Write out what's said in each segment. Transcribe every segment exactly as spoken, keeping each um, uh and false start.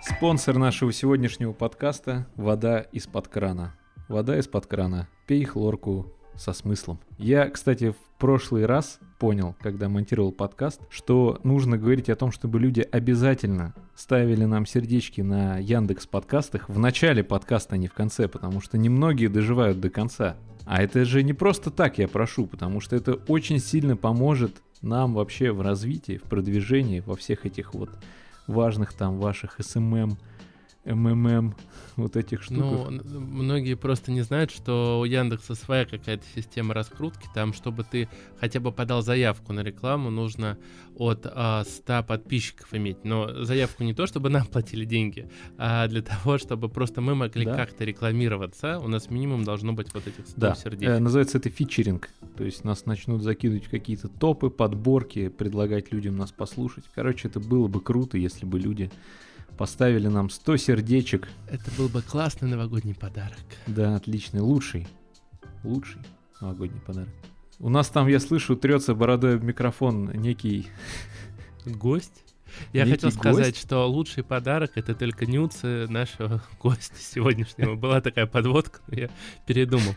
Спонсор нашего сегодняшнего подкаста – вода из-под крана. Вода из-под крана. Пей хлорку со смыслом. Я, кстати, в прошлый раз понял, когда монтировал подкаст, что нужно говорить о том, чтобы люди обязательно ставили нам сердечки на Яндекс.Подкастах в начале подкаста, а не в конце, потому что немногие доживают до конца. А это же не просто так я прошу, потому что это очень сильно поможет нам вообще в развитии, в продвижении, во всех этих вот важных там ваших эс эм эм, эм эм эм, вот этих штуках. Ну, многие просто не знают, что у Яндекса своя какая-то система раскрутки. Там, чтобы ты хотя бы подал заявку на рекламу, нужно от а, ста подписчиков иметь. Но заявку не то, чтобы нам платили деньги, а для того, чтобы просто мы могли да. как-то рекламироваться. У нас минимум должно быть вот этих сто да. сердечек. Э, называется это фичеринг. То есть нас начнут закидывать в какие-то топы, подборки, предлагать людям нас послушать. Короче, это было бы круто, если бы люди поставили нам сто сердечек. Это был бы классный новогодний подарок. Да, отличный. Лучший. Лучший новогодний подарок. У нас там, я слышу, трется бородой об микрофон некий... Гость? Я некий хотел сказать, гость? что лучший подарок — это только нюцы нашего гостя сегодняшнего. Была такая подводка, но я передумал.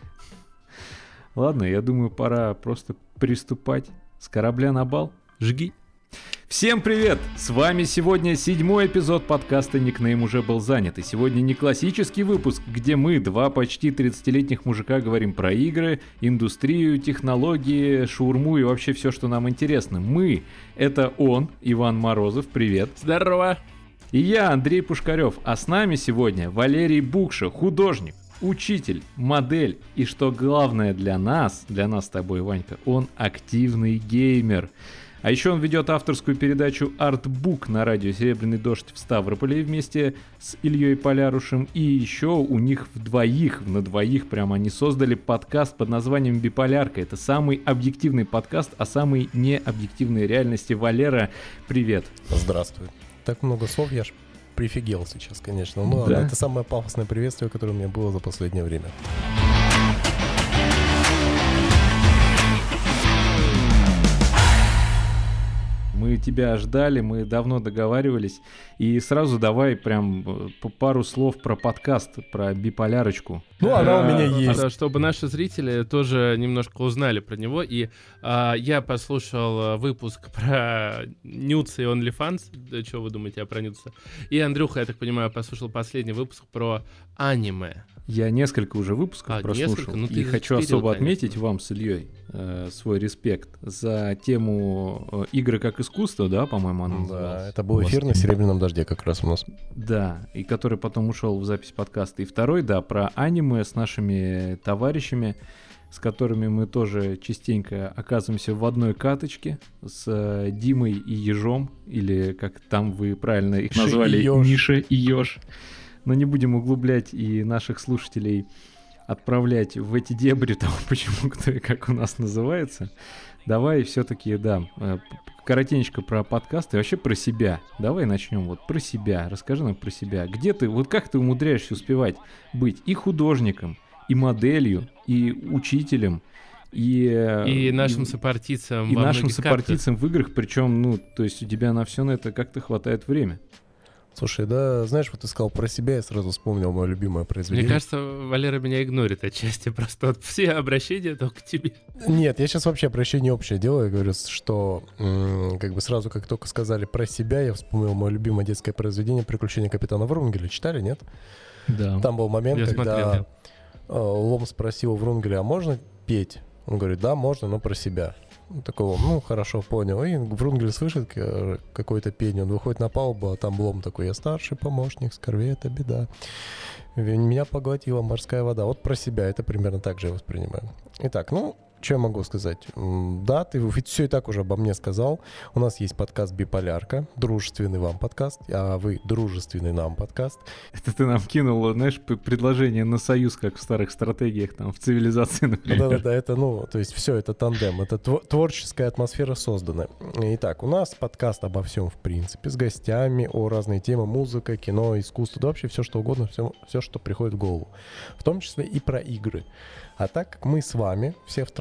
Ладно, я думаю, пора просто приступать. С корабля на бал. Жги. Всем привет! С вами сегодня седьмой эпизод подкаста «Никнейм уже был занят». И сегодня не классический выпуск, где мы, два почти тридцатилетних мужика, говорим про игры, индустрию, технологии, шаурму и вообще все, что нам интересно. Мы — это он, Иван Морозов, привет. Здорово! И я, Андрей Пушкарев, а с нами сегодня Валерий Букша, художник, учитель, модель и, что главное для нас, для нас с тобой, Ванька, он активный геймер. А еще он ведет авторскую передачу «Артбук» на радио «Серебряный дождь» в Ставрополе вместе с Ильей Полярушем. И еще у них вдвоих, на двоих прямо они создали подкаст под названием «Биполярка». Это самый объективный подкаст о самой необъективной реальности. Валера, привет. Здравствуй. Так много слов, я ж прифигел сейчас, конечно. Но да. Это самое пафосное приветствие, которое у меня было за последнее время. Мы тебя ждали, мы давно договаривались. И сразу давай прям по пару слов про подкаст, про биполярочку. Ну, она у меня есть. А, чтобы наши зрители тоже немножко узнали про него. И а, я послушал выпуск про нюцы и OnlyFans. Что вы думаете про нюцы? И Андрюха, я так понимаю, послушал последний выпуск про аниме. Я несколько уже выпусков а, прослушал. Несколько? Ну, и хочу вперед, особо конечно. отметить вам с Ильей э, свой респект за тему э, «Игры как искусство», да, по-моему, она называлась. Да, это был эфир на «Серебряном дожде» как раз у нас. Да, и который потом ушел в запись подкаста. И второй, да, про аниме с нашими товарищами, с которыми мы тоже частенько оказываемся в одной каточке, с э, Димой и Ежом, или как там вы правильно их назвали, Миша и Еж. Но не будем углублять и наших слушателей отправлять в эти дебри того, почему кто и как у нас называется. Давай все-таки, да, коротенько про подкасты и вообще про себя. Давай начнем вот про себя. Расскажи нам про себя. Где ты, вот как ты умудряешься успевать быть и художником, и моделью, и учителем, и... И нашим сопартийцем И нашим сопартийцем в играх, причем, ну, то есть у тебя на все на это как-то хватает времени. Слушай, да, знаешь, вот ты сказал про себя, я сразу вспомнил мое любимое произведение. Мне кажется, Валера меня игнорит отчасти, просто вот все обращения только к тебе. Нет, я сейчас вообще обращение общее делаю, я говорю, что м- как бы сразу, как только сказали про себя, я вспомнил мое любимое детское произведение «Приключения капитана Врунгеля». Читали, нет? Да. Там был момент, я когда смотрел, да. Лом спросил Врунгеля, а можно петь? Он говорит, да, можно, но про себя. Такого, ну, хорошо, понял. И Врунгель слышит какое-то пение, он выходит на палубу, а там Блом такой, я старший помощник, с корвета беда. Меня поглотила морская вода. Вот про себя, это примерно так же я воспринимаю. Итак, ну, что я могу сказать? Да, ты все и так уже обо мне сказал. У нас есть подкаст «Биполярка», дружественный вам подкаст, а вы дружественный нам подкаст. Это ты нам кинул, знаешь, предложение на союз, как в старых стратегиях, там, в цивилизации, например. Да-да-да, это, ну, то есть все, это тандем, это творческая атмосфера создана. Итак, у нас подкаст обо всем, в принципе, с гостями, о разные темы, музыка, кино, искусство, да вообще все, что угодно, все, все, что приходит в голову. В том числе и про игры. А так как мы с вами, все втроем,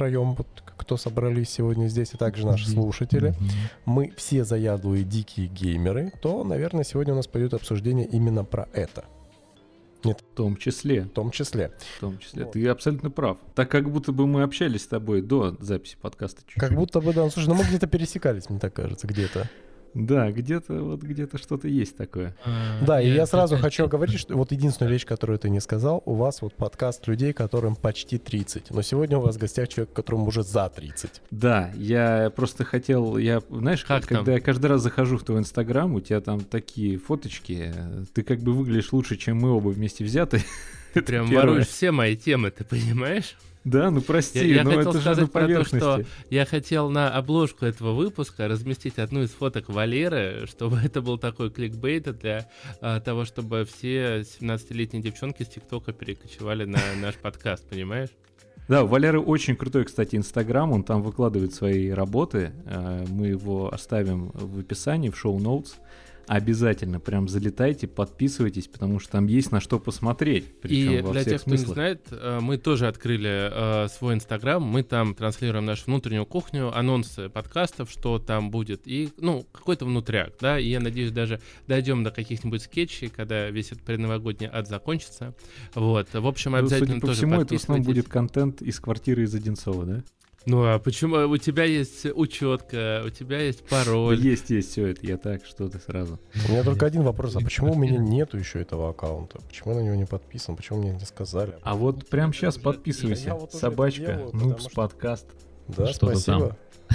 втроем, вот, кто собрались сегодня здесь, и также наши слушатели, мы все заядлые дикие геймеры, то, наверное, сегодня у нас пойдет обсуждение именно про это. Нет. В том числе. В том числе. В том числе. Вот. Ты абсолютно прав. Так как будто бы мы общались с тобой до записи подкаста чуть-чуть. Как будто бы, да. Слушай, ну мы где-то пересекались, мне так кажется, где-то. Да, где-то вот где-то что-то есть такое. А, да, и я сразу хочу говорить, что вот единственная вещь, которую ты не сказал, у вас вот подкаст людей, которым почти тридцать. Но сегодня у вас в гостях человек, которому уже за тридцать. Да, я просто хотел, я, знаешь, как когда там? Я каждый раз захожу в твой Инстаграм, у тебя там такие фоточки, ты как бы выглядишь лучше, чем мы оба вместе взяты. Ты прям воруешь все мои темы, ты понимаешь? Да, ну прости, я, я но хотел это сказать же на про то, что поверхности. Я хотел на обложку этого выпуска разместить одну из фоток Валеры, чтобы это был такой кликбейт для а, того, чтобы все семнадцатилетние девчонки с ТикТока перекочевали на наш подкаст, понимаешь? Да, у Валеры очень крутой, кстати, Инстаграм, он там выкладывает свои работы, мы его оставим в описании, в шоу-ноутс. Обязательно прям залетайте, подписывайтесь, потому что там есть на что посмотреть. И для тех, кто не знает, мы тоже открыли э, свой Инстаграм, мы там транслируем нашу внутреннюю кухню, анонсы подкастов, что там будет, и, ну, какой-то внутряк, да, и я надеюсь, даже дойдем до каких-нибудь скетчей, когда весь этот предновогодний ад закончится. Вот, в общем, обязательно ну, судя по тоже всему, подписывайтесь. это в основном будет контент из квартиры из Одинцова, да? Ну, а почему? У тебя есть учетка, у тебя есть пароль. Да есть, есть все это, я так, что ты сразу. У меня только один вопрос, а почему у меня нету еще этого аккаунта? Почему я на него не подписан? Почему мне не сказали? А вот прямо сейчас подписывайся, вот собачка, Нубс подкаст. Да, спасибо.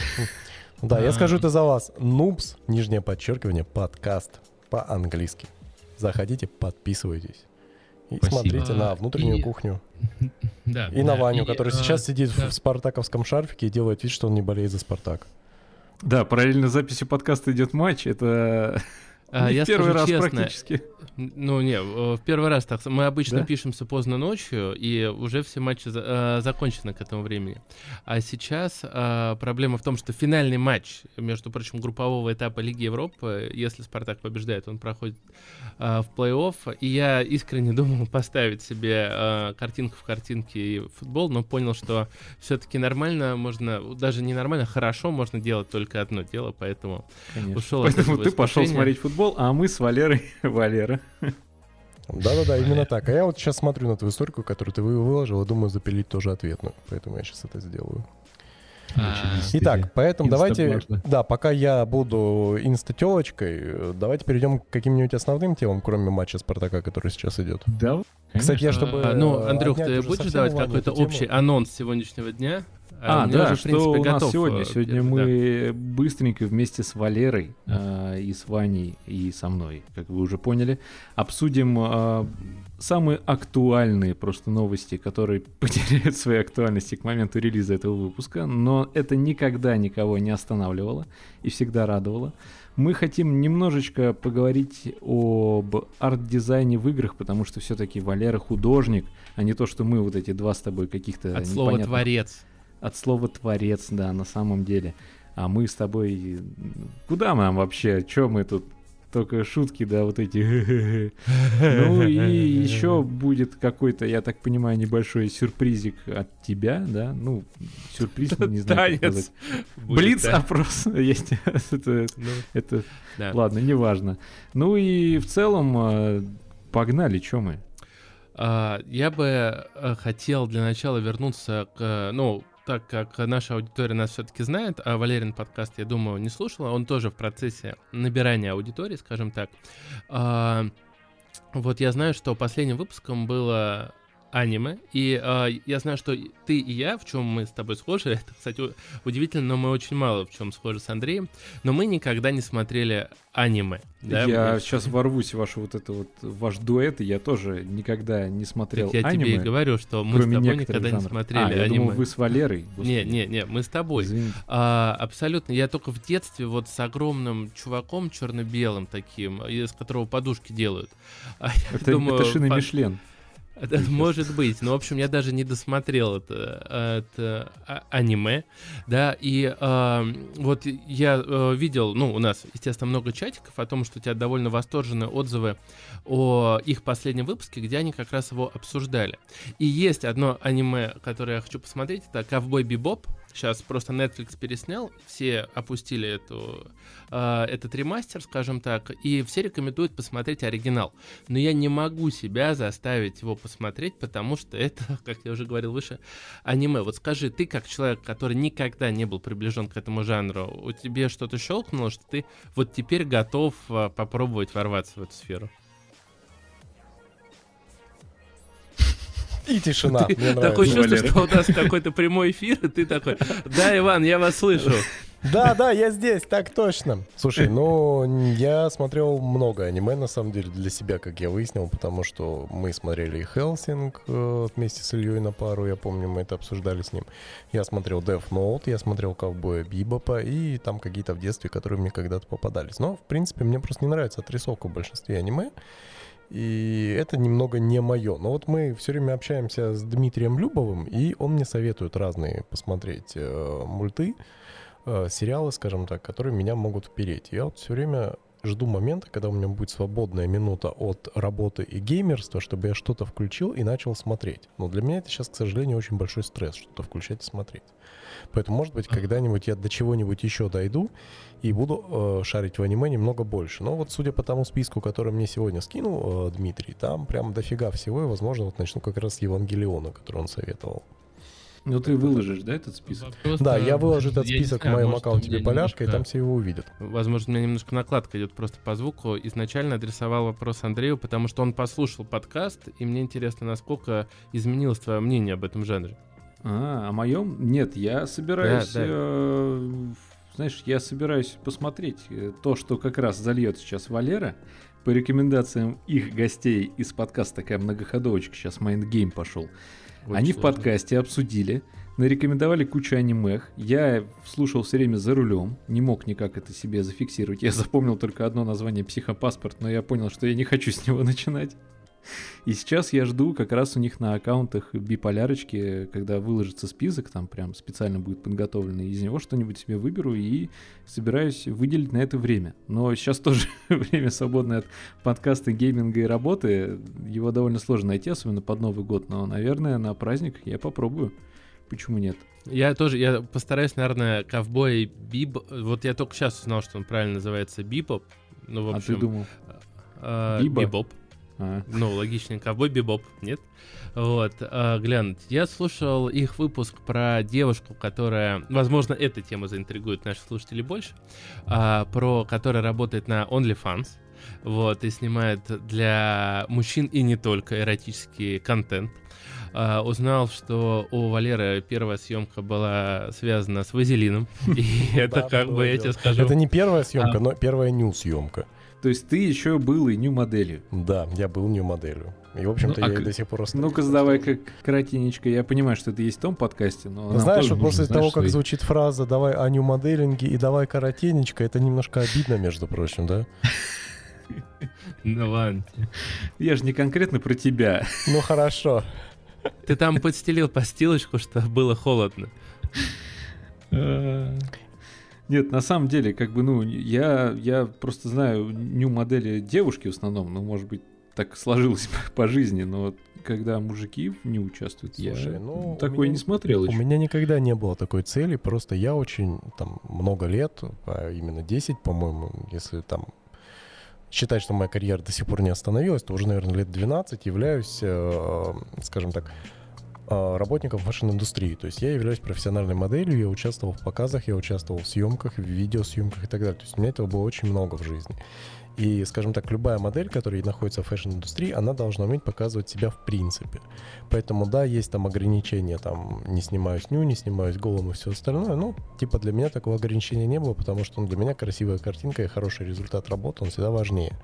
Да, я скажу это за вас. Нубс, нижнее подчеркивание, подкаст по-английски. Заходите, подписывайтесь. И Спасибо. Смотрите на внутреннюю и... кухню. Да, и да, на Ваню, и, который а, сейчас сидит да. в спартаковском шарфике и делает вид, что он не болеет за Спартак. Да, параллельно записью подкаста идет матч. Это а, не я первый раз честно, практически. Ну, не, в первый раз так. Мы обычно да? пишемся поздно ночью, и уже все матчи э, закончены к этому времени. А сейчас э, проблема в том, что финальный матч, между прочим, группового этапа Лиги Европы, если Спартак побеждает, он проходит э, в плей-офф. И я искренне думал поставить себе э, картинку в картинке и футбол, но понял, что все-таки нормально можно, даже не нормально, хорошо можно делать только одно дело, поэтому Конечно. ушел Поэтому от ты пошел смотреть футбол, а мы с Валерой, Валера. Да-да-да, именно так. А я вот сейчас смотрю на твою историку, которую ты выложил, и думаю запилить тоже ответную. Поэтому я сейчас это сделаю. Итак, поэтому давайте, да, пока я буду инста-телочкой, давайте перейдем к каким-нибудь основным темам, кроме матча Спартака, который сейчас идет. Да. Кстати, я чтобы... А, ну, Андрюх, ты будешь давать какой-то общий анонс сегодняшнего дня? А, а да, уже, что принципе, у нас готов, сегодня? Сегодня мы да. быстренько вместе с Валерой э, и с Ваней и со мной, как вы уже поняли, обсудим э, самые актуальные просто новости, которые потеряют своей актуальности к моменту релиза этого выпуска, но это никогда никого не останавливало и всегда радовало. Мы хотим немножечко поговорить об арт-дизайне в играх, потому что все-таки Валера художник, а не то, что мы вот эти два с тобой каких-то... От слова «творец». От слова «творец», да, на самом деле. А мы с тобой... Куда нам вообще? Чё мы тут? Только шутки, да, вот эти. Ну и еще будет какой-то, я так понимаю, небольшой сюрпризик от тебя, да? Ну, сюрприз, не знаю, как сказать. Блиц-опрос есть. Это, ладно, неважно. Ну и в целом, погнали, чё мы? Я бы хотел для начала вернуться к, ну, так как наша аудитория нас все-таки знает, а Валерин подкаст, я думаю, не слушала, он тоже в процессе набирания аудитории, скажем так. А, вот я знаю, что последним выпуском было аниме, и а, я знаю, что ты и я, в чем мы с тобой схожи, это, кстати, удивительно, но мы очень мало в чем схожи с Андреем, но мы никогда не смотрели аниме. Да? Я мы... сейчас ворвусь в ваш вот это вот ваш дуэт, и я тоже никогда не смотрел так я аниме. Я тебе и говорю, что мы с тобой никогда жанров. не смотрели а, аниме. Я думал, вы с Валерой. Не, не, не, мы с тобой. А, абсолютно. Я только в детстве вот с огромным чуваком черно-белым таким, из которого подушки делают. А это, думаю, это шины по... Мишлен. Это может быть. Но, в общем, я даже не досмотрел это, это а, аниме, да, и э, вот я э, видел, ну, у нас, естественно, много чатиков о том, что у тебя довольно восторженные отзывы о их последнем выпуске, где они как раз его обсуждали. И есть одно аниме, которое я хочу посмотреть, это «Ковбой Бибоп». Сейчас просто Netflix переснял, все опустили эту, э, этот ремастер, скажем так, и все рекомендуют посмотреть оригинал. Но я не могу себя заставить его посмотреть, потому что это, как я уже говорил выше, аниме. Вот скажи, ты как человек, который никогда не был приближен к этому жанру, у тебя что-то щелкнуло, что ты вот теперь готов э, попробовать ворваться в эту сферу? И тишина. Ты, такое чувство, что у нас какой-то прямой эфир, и ты такой: да, Иван, я вас слышу. Да, да, я здесь, так точно. Слушай, ну, я смотрел много аниме, на самом деле, для себя, как я выяснил, потому что мы смотрели и «Хеллсинг» э, вместе с Ильей на пару, я помню, мы это обсуждали с ним. Я смотрел Death Note, я смотрел «Ковбоя Бибопа», и там какие-то в детстве, которые мне когда-то попадались. Но, в принципе, мне просто не нравится отрисовка в большинстве аниме. И это немного не мое. Но вот мы все время общаемся с Дмитрием Любовым, и он мне советует разные посмотреть э, мульты, э, сериалы, скажем так, которые меня могут впереть. Я вот все время жду момента, когда у меня будет свободная минута от работы и геймерства, чтобы я что-то включил и начал смотреть. Но для меня это сейчас, к сожалению, очень большой стресс, что-то включать и смотреть. Поэтому, может быть, когда-нибудь я до чего-нибудь еще дойду и буду э, шарить в аниме немного больше. Но вот судя по тому списку, который мне сегодня скинул э, Дмитрий, там прям дофига всего, и, возможно, вот начну как раз с Евангелиона, который он советовал. Ну ты выложишь, да, этот список? Просто, да, я выложу этот я список знаю, в моем может, аккаунте у меня Биполяшка, немножко... и там все его увидят. Возможно, у меня немножко накладка идет просто по звуку. Изначально адресовал вопрос Андрею, потому что он послушал подкаст, и мне интересно, насколько изменилось твое мнение об этом жанре. А, о моем? Нет, я собираюсь... Да, да. Э, знаешь, я собираюсь посмотреть то, что как раз зальет сейчас Валера. По рекомендациям их гостей из подкаста, такая многоходовочка, сейчас Mind Game пошел. Очень Они сложно. в подкасте обсудили, нарекомендовали кучу анимех. Я слушал все время за рулем, не мог никак это себе зафиксировать. Я запомнил только одно название «Психопаспорт», но я понял, что я не хочу с него начинать. И сейчас я жду как раз у них на аккаунтах Биполярочки, когда выложится список, там прям специально будет подготовленный, из него что-нибудь себе выберу и собираюсь выделить на это время. Но сейчас тоже время свободное от подкаста, гейминга и работы, его довольно сложно найти, особенно под Новый год, но, наверное, на праздник я попробую. Почему нет? Я тоже, я постараюсь, наверное, «Ковбой Биб». Вот я только сейчас узнал, что он правильно называется «Бибоп». Ну, в общем, а ты думал? Э, Биба? «Бибоп». А. Ну, логичнее, «Ковбой Бибоп», нет? Вот, а, глянуть. Я слушал их выпуск про девушку, которая, возможно, эта тема заинтригует наших слушателей больше, а, про которая работает на OnlyFans, вот, и снимает для мужчин и не только эротический контент. Uh, узнал, что у Валеры первая съемка была связана с вазелином. И это как бы, я тебе скажу... Это не первая съемка, но первая нью-съемка. То есть ты еще был и нью-моделью? Да, я был нью-моделью. И, в общем-то, Ну, а я к- и до сих пор остаюсь. Ну-ка, давай как коротенечко. Я понимаю, что это есть в том подкасте, но нам Знаешь, тоже вот нужно, после знаешь, того, как свои- звучит фраза «давай о нью-моделинге» и «давай коротенечко», это немножко обидно, между прочим, да? Ну ладно. Я же не конкретно про тебя. Ну, хорошо. Ты там подстелил постилочку, что было холодно. Нет, на самом деле, как бы, ну, я, я просто знаю нью-модели девушки в основном, ну, может быть, так сложилось по, по жизни, но вот когда мужики не участвуют, Слушай, я ну, у такое меня- не смотрел У еще. меня никогда не было такой цели, просто я очень, там, много лет, а именно десять, по-моему, если там считать, что моя карьера до сих пор не остановилась, то уже, наверное, лет двенадцать являюсь, э, скажем так, э, работником фэшн-индустрии. То есть я являюсь профессиональной моделью, я участвовал в показах, я участвовал в съемках, в видеосъемках и так далее. То есть у меня этого было очень много в жизни. И, скажем так, любая модель, которая находится в фэшн-индустрии, она должна уметь показывать себя в принципе. Поэтому, да, есть там ограничения, там, не снимаюсь ню, не снимаюсь голым и все остальное. Ну, типа, для меня такого ограничения не было, потому что ну, для меня красивая картинка и хороший результат работы, он всегда важнее.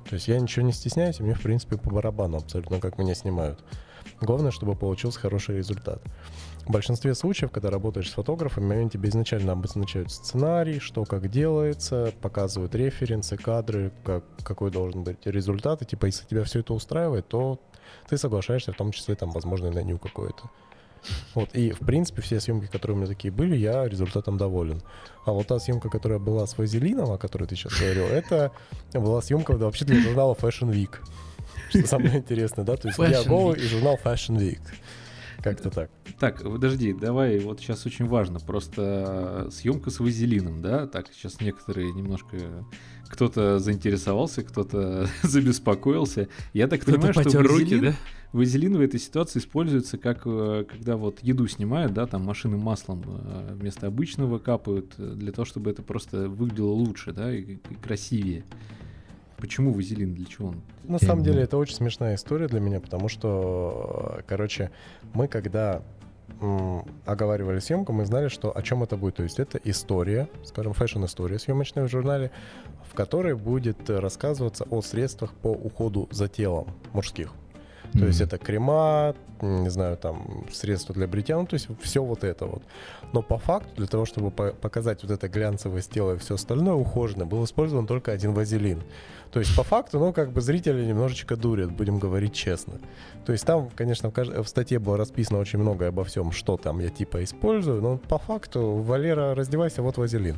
То есть я ничего не стесняюсь, и мне, в принципе, по барабану абсолютно, как меня снимают. Главное, чтобы получился хороший результат. В большинстве случаев, когда работаешь с фотографами, тебе изначально обозначают сценарий, что как делается, показывают референсы, кадры, как, какой должен быть результат. И типа, если тебя все это устраивает, то ты соглашаешься, в том числе, там, возможно, на ню какое-то. Вот, и, в принципе, все съемки, которые у меня такие были, я результатом доволен. А вот та съемка, которая была с вазелином, о которой ты сейчас говорил, это была съемка вообще для журнала Fashion Week. Что самое интересное, да? То есть я голый и журнал Fashion Week. Как-то так. Так, подожди, давай, вот сейчас очень важно, просто съемка с вазелином, да? Так, сейчас некоторые немножко... Кто-то заинтересовался, кто-то забеспокоился. Я так кто-то понимаю, что потер вазелин, руки, да? вазелин в этой ситуации используется, как когда вот еду снимают, да, там машины маслом вместо обычного капают, для того, чтобы это просто выглядело лучше, да, и, и красивее. Почему вазелин? Для чего он? На самом деле это очень смешная история для меня, потому что, короче, мы когда м, оговаривали съемку, мы знали, что о чем это будет. То есть это история, скажем, фэшн-история съемочная в журнале, в которой будет рассказываться о средствах по уходу за телом мужских. То mm-hmm. есть это крема, не знаю, там, средства для бритья, ну, то есть все вот это вот. Но по факту, для того, чтобы по- показать вот это глянцевое тела и все остальное ухоженное, был использован только один вазелин. То есть по факту, ну, как бы зрители немножечко дурят, будем говорить честно. То есть там, конечно, в, кажд... в статье было расписано очень многое обо всем, что там я типа использую, но по факту, Валера, раздевайся, вот вазелин.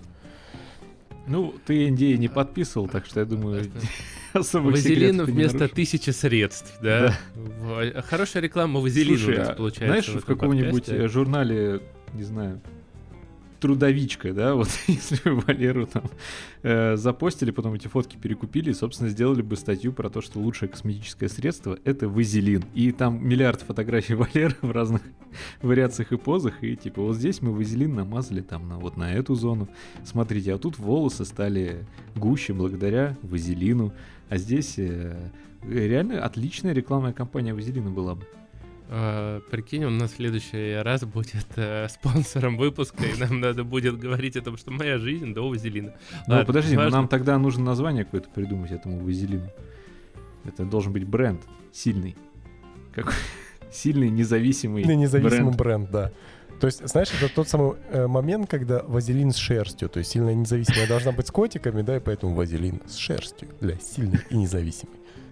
Ну, ты эн ди эй не подписывал, так что я думаю... Вазелин вместо тысячи средств, да? да. Хорошая реклама вазелина. Слушай, у нас получается. Знаешь, в, в каком-нибудь подкасте. журнале, не знаю, трудовичка, да, вот если бы Валеру там э, запостили, потом эти фотки перекупили и, собственно, сделали бы статью про то, что лучшее косметическое средство — это вазелин. И там миллиард фотографий Валеры в разных вариациях и позах, и типа вот здесь мы вазелин намазали там на, вот на эту зону. Смотрите, а тут волосы стали гуще благодаря вазелину. А здесь э, реально отличная рекламная кампания вазелина была бы. Uh, прикинь, он на следующий раз будет uh, спонсором выпуска, и нам надо будет говорить о том, что моя жизнь до вазелина. Ну, Ладно, подожди, важно. но нам тогда нужно название какое-то придумать этому вазелину. Это должен быть бренд сильный. Как... Сильный, независимый Сильный, независимый бренд. бренд, да. То есть, знаешь, это тот самый э, момент, когда вазелин с шерстью, то есть сильная и независимая должна быть с котиками, да, и поэтому вазелин с шерстью для сильной и независимой.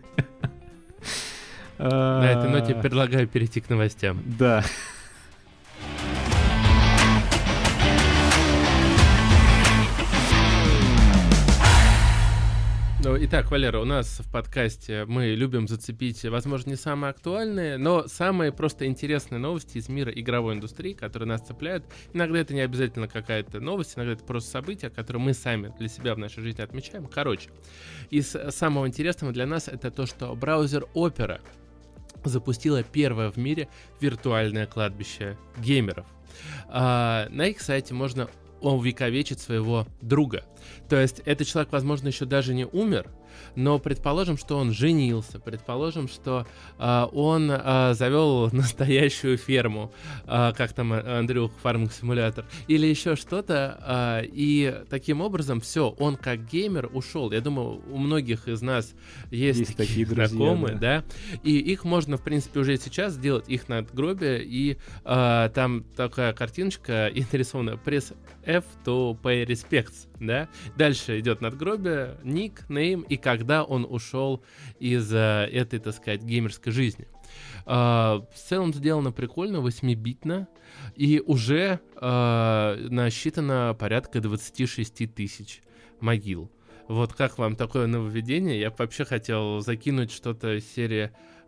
На этой ноте предлагаю перейти к новостям. Да. Ну, итак, Валера, у нас в подкасте мы любим зацепить, возможно, не самые актуальные, но самые просто интересные новости из мира игровой индустрии, которые нас цепляют. Иногда это не обязательно какая-то новость, иногда это просто события, которые мы сами для себя в нашей жизни отмечаем. Короче, из самого интересного для нас это то, что браузер Opera запустила первое в мире виртуальное кладбище геймеров. А, на их сайте можно увековечить своего друга. То есть этот человек, возможно, еще даже не умер, но предположим, что он женился, предположим, что э, он э, завел настоящую ферму, э, как там Андрюх, фарминг-симулятор, или еще что-то, э, и таким образом все, он как геймер ушел. Я думаю, у многих из нас есть, есть такие, такие знакомые, друзья, да. да, и их можно, в принципе, уже сейчас сделать, их надгробие, и э, там такая картиночка нарисована «Press F to pay respects», да. Дальше идет надгробие, ник, name и когда он ушел из uh, этой, так сказать, геймерской жизни. Uh, в целом сделано прикольно, восьмибитно, и уже uh, насчитано порядка двадцать шесть тысяч могил. Вот как вам такое нововведение? Я бы вообще хотел закинуть что-то из серии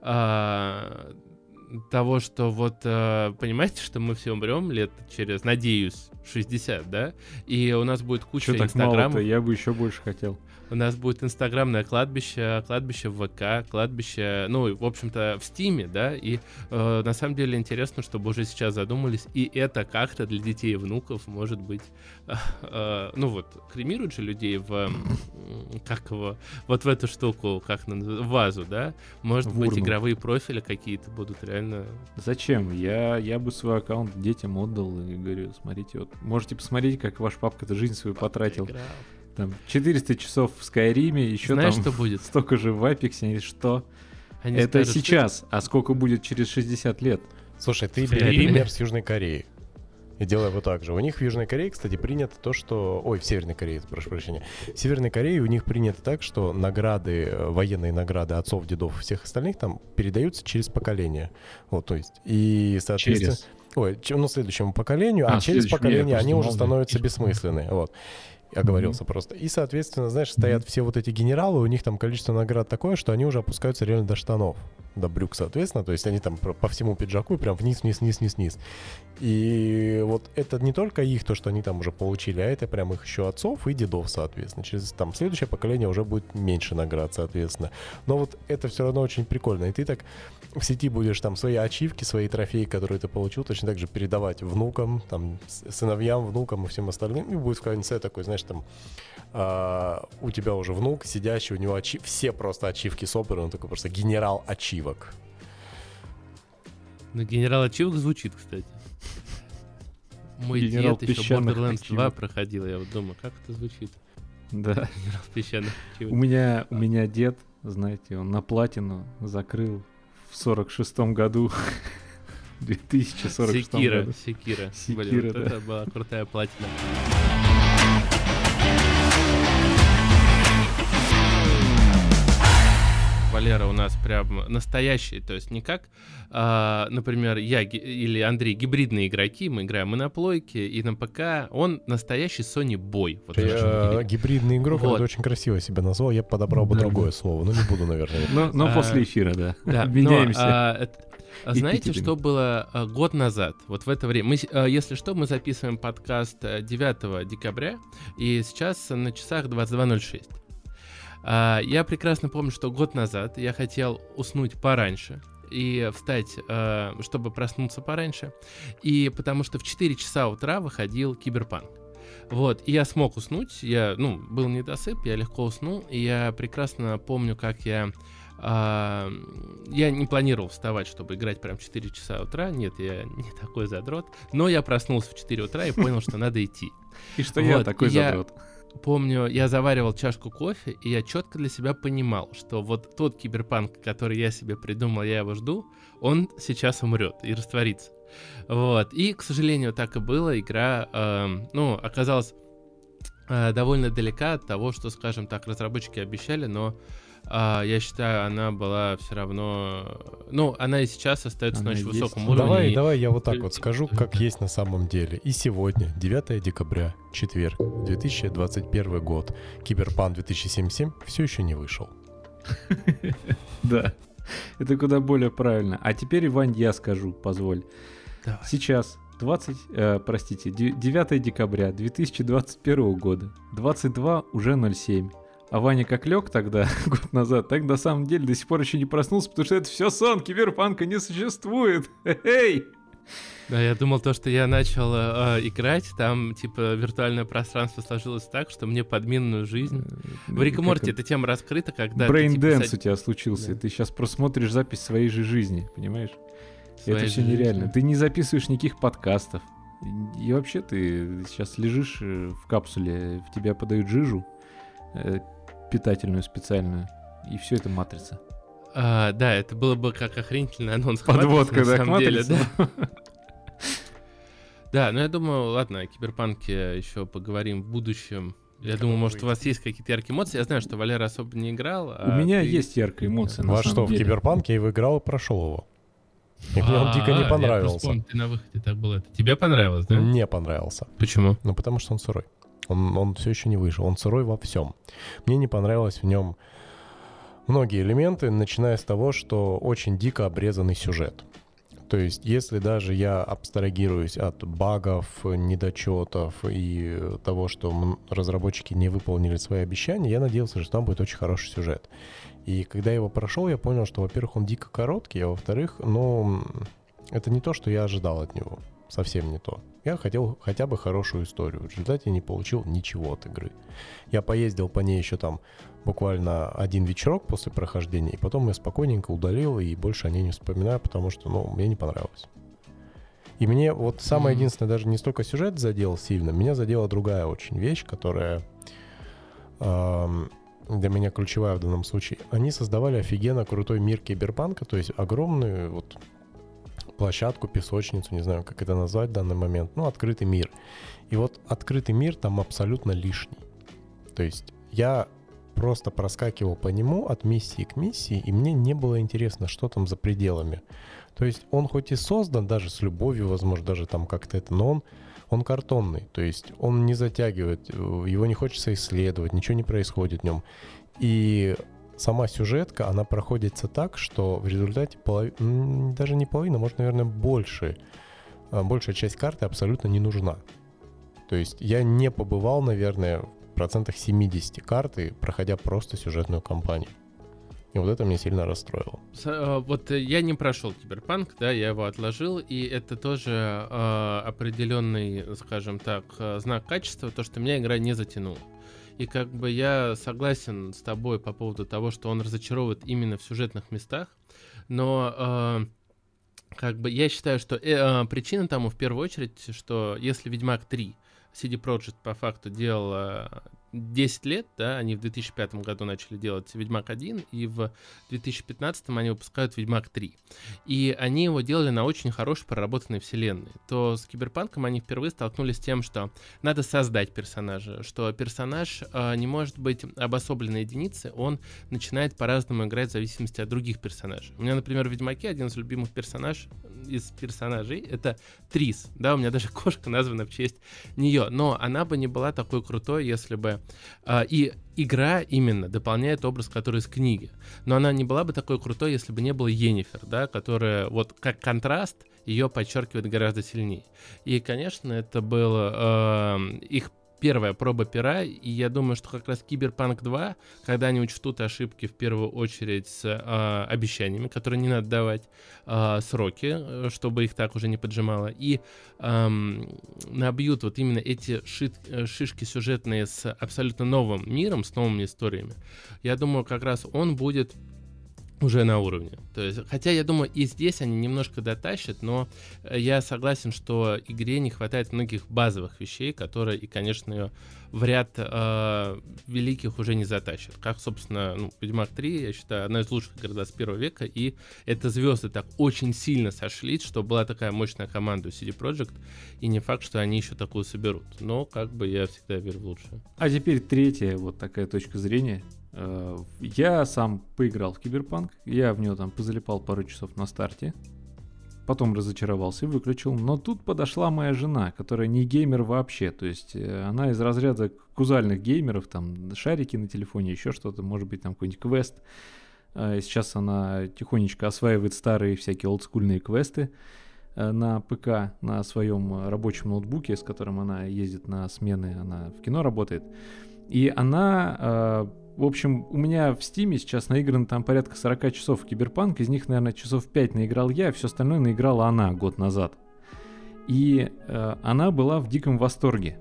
uh, того, что вот, uh, понимаете, что мы все умрем лет через, надеюсь, шестьдесят, да? И у нас будет куча Чё так инстаграмов. мало-то? Я бы еще больше хотел. У нас будет инстаграмное кладбище, кладбище в ВК, кладбище, ну, в общем-то, в Стиме, да, и э, на самом деле интересно, чтобы уже сейчас задумались, и это как-то для детей и внуков может быть, э, э, ну вот, кремируют же людей в, э, как его, вот в эту штуку, как на в вазу, да, может В быть, урну. игровые профили какие-то будут реально... Зачем? Я, я бы свой аккаунт детям отдал и говорю, смотрите, вот, можете посмотреть, как ваш папка-то жизнь свою потратил. Играл. Там четыреста часов в Скайриме, еще Знаешь, там что будет? столько же в Апексе. Что? Они Это скажут, сейчас, а сколько будет через шестьдесят лет? Слушай, ты В бери Скайриме? пример с Южной Кореи. И делай вот так же. У них в Южной Корее, кстати, принято то, что... Ой, в Северной Корее, прошу прощения. В Северной Корее у них принято так, что награды, военные награды отцов, дедов и всех остальных там передаются через поколение. Вот, то есть. И, соответственно... Через. Ой, ч- ну, следующему поколению, а, А, через следующему, поколение я они просто уже молодой. становятся бессмысленны. Вот. Оговорился просто. И, соответственно, знаешь, стоят все вот эти генералы, у них там количество наград такое, что они уже опускаются реально до штанов, до брюк, соответственно. То есть они там про- по всему пиджаку прям вниз, вниз, вниз, вниз, вниз. И вот это не только их, то, что они там уже получили, а это прям их еще отцов и дедов, соответственно. Через там следующее поколение уже будет меньше наград, соответственно. Но вот это все равно очень прикольно. И ты так в сети будешь там свои ачивки, свои трофеи, которые ты получил, точно так же передавать внукам, там, с- сыновьям, внукам и всем остальным. И будет в конце такой, знаешь, там а, у тебя уже внук сидящий, у него ачи... все просто ачивки собраны, он такой просто генерал ачивок. Ну, генерал Ачивок звучит, кстати. Мой Генерал дед еще песчаных Borderlands два ачивок. проходил, я вот думаю, как это звучит? Да. Генерал песчаных У Ачивок. меня, у меня дед, знаете, он на платину закрыл в сорок шестом году. В две тысячи сорок шестом Секира, году. Секира. Секира, Блин, вот да. это была крутая платина. Валера у нас прям настоящий, то есть не как, а, например, я ги- или Андрей, гибридные игроки, мы играем и на плойке, и на ПК, он настоящий Sony Boy. Вот Я, очень гибрид. гибридный игрок, Вот. это очень красиво себя назвал, я подобрал бы Да, другое да. слово, но не буду, наверное. Но, но А, после эфира, да. Да, но, Обменяемся. а, это- а знаете, эпитетами. что было а, год назад? Вот в это время. Мы, с- а, если что, мы записываем подкаст а, девятого декабря, и сейчас на часах двадцать два ноль шесть. А, я прекрасно помню, что год назад я хотел уснуть пораньше и встать, а, чтобы проснуться пораньше, и потому что в четыре часа утра выходил Киберпанк. Вот, и я смог уснуть, я, ну, был недосып, я легко уснул, и я прекрасно помню, как я... а, я не планировал вставать, чтобы играть прям в четыре часа утра, нет, я не такой задрот, но я проснулся в четыре утра и понял, что надо идти. И что я вот, такой я- задрот. Помню, я заваривал чашку кофе, и я четко для себя понимал, что вот тот киберпанк, который я себе придумал, я его жду, он сейчас умрет и растворится. Вот. И, к сожалению, так и было. Игра, эм, ну, оказалась э, довольно далека от того, что, скажем так, разработчики обещали, но э, я считаю, она была все равно... Ну, она и сейчас остается Она на очень есть. высоком Ну, уровне. Давай, и- давай я вот так вот скажу, как есть на самом деле. И сегодня, девятого декабря, четверг, две тысячи двадцать первый год, Киберпанк две тысячи семьдесят семь все еще не вышел. Да. Это куда более правильно. А теперь, Вань, я скажу, позволь. Давай. Сейчас двадцать, э, простите, де- девятого декабря две тысячи двадцать первого года, двадцать два уже ноль семь. А Ваня как лег тогда, год назад, так на самом деле до сих пор еще не проснулся, потому что это все сон, киберпанка не существует. Эй! Да, я думал то, что я начал э, э, играть, там, типа, виртуальное пространство сложилось так, что мне подминную жизнь. В Рик и Морти эта тема раскрыта, когда ты, типа, Брейнденс сад- у тебя случился, Да. и ты сейчас просмотришь запись своей же жизни, понимаешь? своей Это все жизни. нереально. Ты не записываешь никаких подкастов. И вообще ты сейчас лежишь э, в капсуле, в тебя подают жижу э, питательную специальную, и все это матрица. А, да, это было бы как охренительный анонс к «Матрице», Подводка, на да, к самом деле, «Матрице». да. Да, ну я думаю, ладно, о Киберпанке еще поговорим в будущем. Я думаю, может, у вас есть какие-то яркие эмоции. Я знаю, что Валера особо не играл. У а меня ты- есть яркая эмоция, на Во самом что, в деле. Киберпанке я его играл и прошел его. И мне он А, дико не я понравился. просто помню, ты на выходе так было. Это тебе понравилось, да? Не понравился. Почему? Ну, потому что он сырой. Он, он все еще не вышел. Он сырой во всем. Мне не понравилось в нем многие элементы, начиная с того, что очень дико обрезанный сюжет. То есть, если даже я абстрагируюсь от багов, недочетов и того, что м- разработчики не выполнили свои обещания, я надеялся, что там будет очень хороший сюжет. И когда я его прошел, я понял, что, во-первых, он дико короткий, а во-вторых, ну, это не то, что я ожидал от него. Совсем не то. Я хотел хотя бы хорошую историю. В результате не получил ничего от игры. Я поездил по ней еще там буквально один вечерок после прохождения, и потом я спокойненько удалил и больше о ней не вспоминаю, потому что, ну, мне не понравилось. И мне вот самое Мгм. единственное, даже не столько сюжет задел сильно, меня задела другая очень вещь, которая эм, для меня ключевая в данном случае. Они создавали офигенно крутой мир киберпанка, то есть огромную вот площадку, песочницу, не знаю, как это назвать в данный момент, ну, открытый мир. И вот открытый мир там абсолютно лишний. То есть я просто проскакивал по нему от миссии к миссии, и мне не было интересно, что там за пределами. То есть он хоть и создан даже с любовью, возможно, даже там как-то это, но он, он картонный. То есть он не затягивает, его не хочется исследовать, ничего не происходит в нем. И сама сюжетка, она проходится так, что в результате полов... даже не половина, может, наверное, больше, большая часть карты абсолютно не нужна. То есть я не побывал, наверное, в процентах семьдесят карты, проходя просто сюжетную кампанию. И вот это меня сильно расстроило. Вот я не прошел Киберпанк, да, я его отложил, и это тоже э, определенный, скажем так, знак качества, то, что меня игра не затянула. И как бы я согласен с тобой по поводу того, что он разочаровывает именно в сюжетных местах, но э, как бы я считаю, что э, причина тому в первую очередь, что если Ведьмак три си ди Projekt по факту делала десять лет, да, они в две тысячи пятом году начали делать Ведьмак один, и в две тысячи пятнадцатом они выпускают Ведьмак три. И они его делали на очень хорошей проработанной вселенной. То с Киберпанком они впервые столкнулись с тем, что надо создать персонажа, что персонаж э, не может быть обособленной единицей, он начинает по-разному играть в зависимости от других персонажей. У меня, например, в Ведьмаке один из любимых персонаж, из персонажей — это Трис, да, у меня даже кошка названа в честь нее, но она бы не была такой крутой, если бы Uh, и игра именно дополняет образ, который из книги. Но она не была бы такой крутой, если бы не было Йеннифер, да, которая вот как контраст ее подчеркивает гораздо сильнее. И, конечно, это было uh, их первая проба пера, и я думаю, что как раз Киберпанк два, когда они учтут ошибки в первую очередь с э, обещаниями, которые не надо давать, э, сроки, чтобы их так уже не поджимало, и э, набьют вот именно эти шит, шишки сюжетные с абсолютно новым миром, с новыми историями, я думаю, как раз он будет уже на уровне. То есть, хотя, я думаю, и здесь они немножко дотащат, но я согласен, что игре не хватает многих базовых вещей, которые, и, конечно, ее в ряд э, великих уже не затащат. Как, собственно, ну, Ведьмак три, я считаю, одна из лучших игр двадцать первого века, и это звезды так очень сильно сошлись, что была такая мощная команда у си ди Projekt, и не факт, что они еще такую соберут. Но, как бы, я всегда верю в лучшее. А теперь третья вот такая точка зрения. Я сам поиграл в Киберпанк, я в него там позалипал пару часов на старте, потом разочаровался и выключил, но тут подошла моя жена, которая не геймер вообще, то есть она из разряда кузальных геймеров, там шарики на телефоне, еще что-то, может быть там какой-нибудь квест. Сейчас она тихонечко осваивает старые всякие олдскульные квесты на ПК, на своем рабочем ноутбуке, с которым она ездит на смены, она в кино работает, и она... В общем, у меня в Стиме сейчас наиграно там порядка сорок часов в Киберпанк, из них, наверное, часов пять наиграл я, а все остальное наиграла она год назад. И э, она была в диком восторге.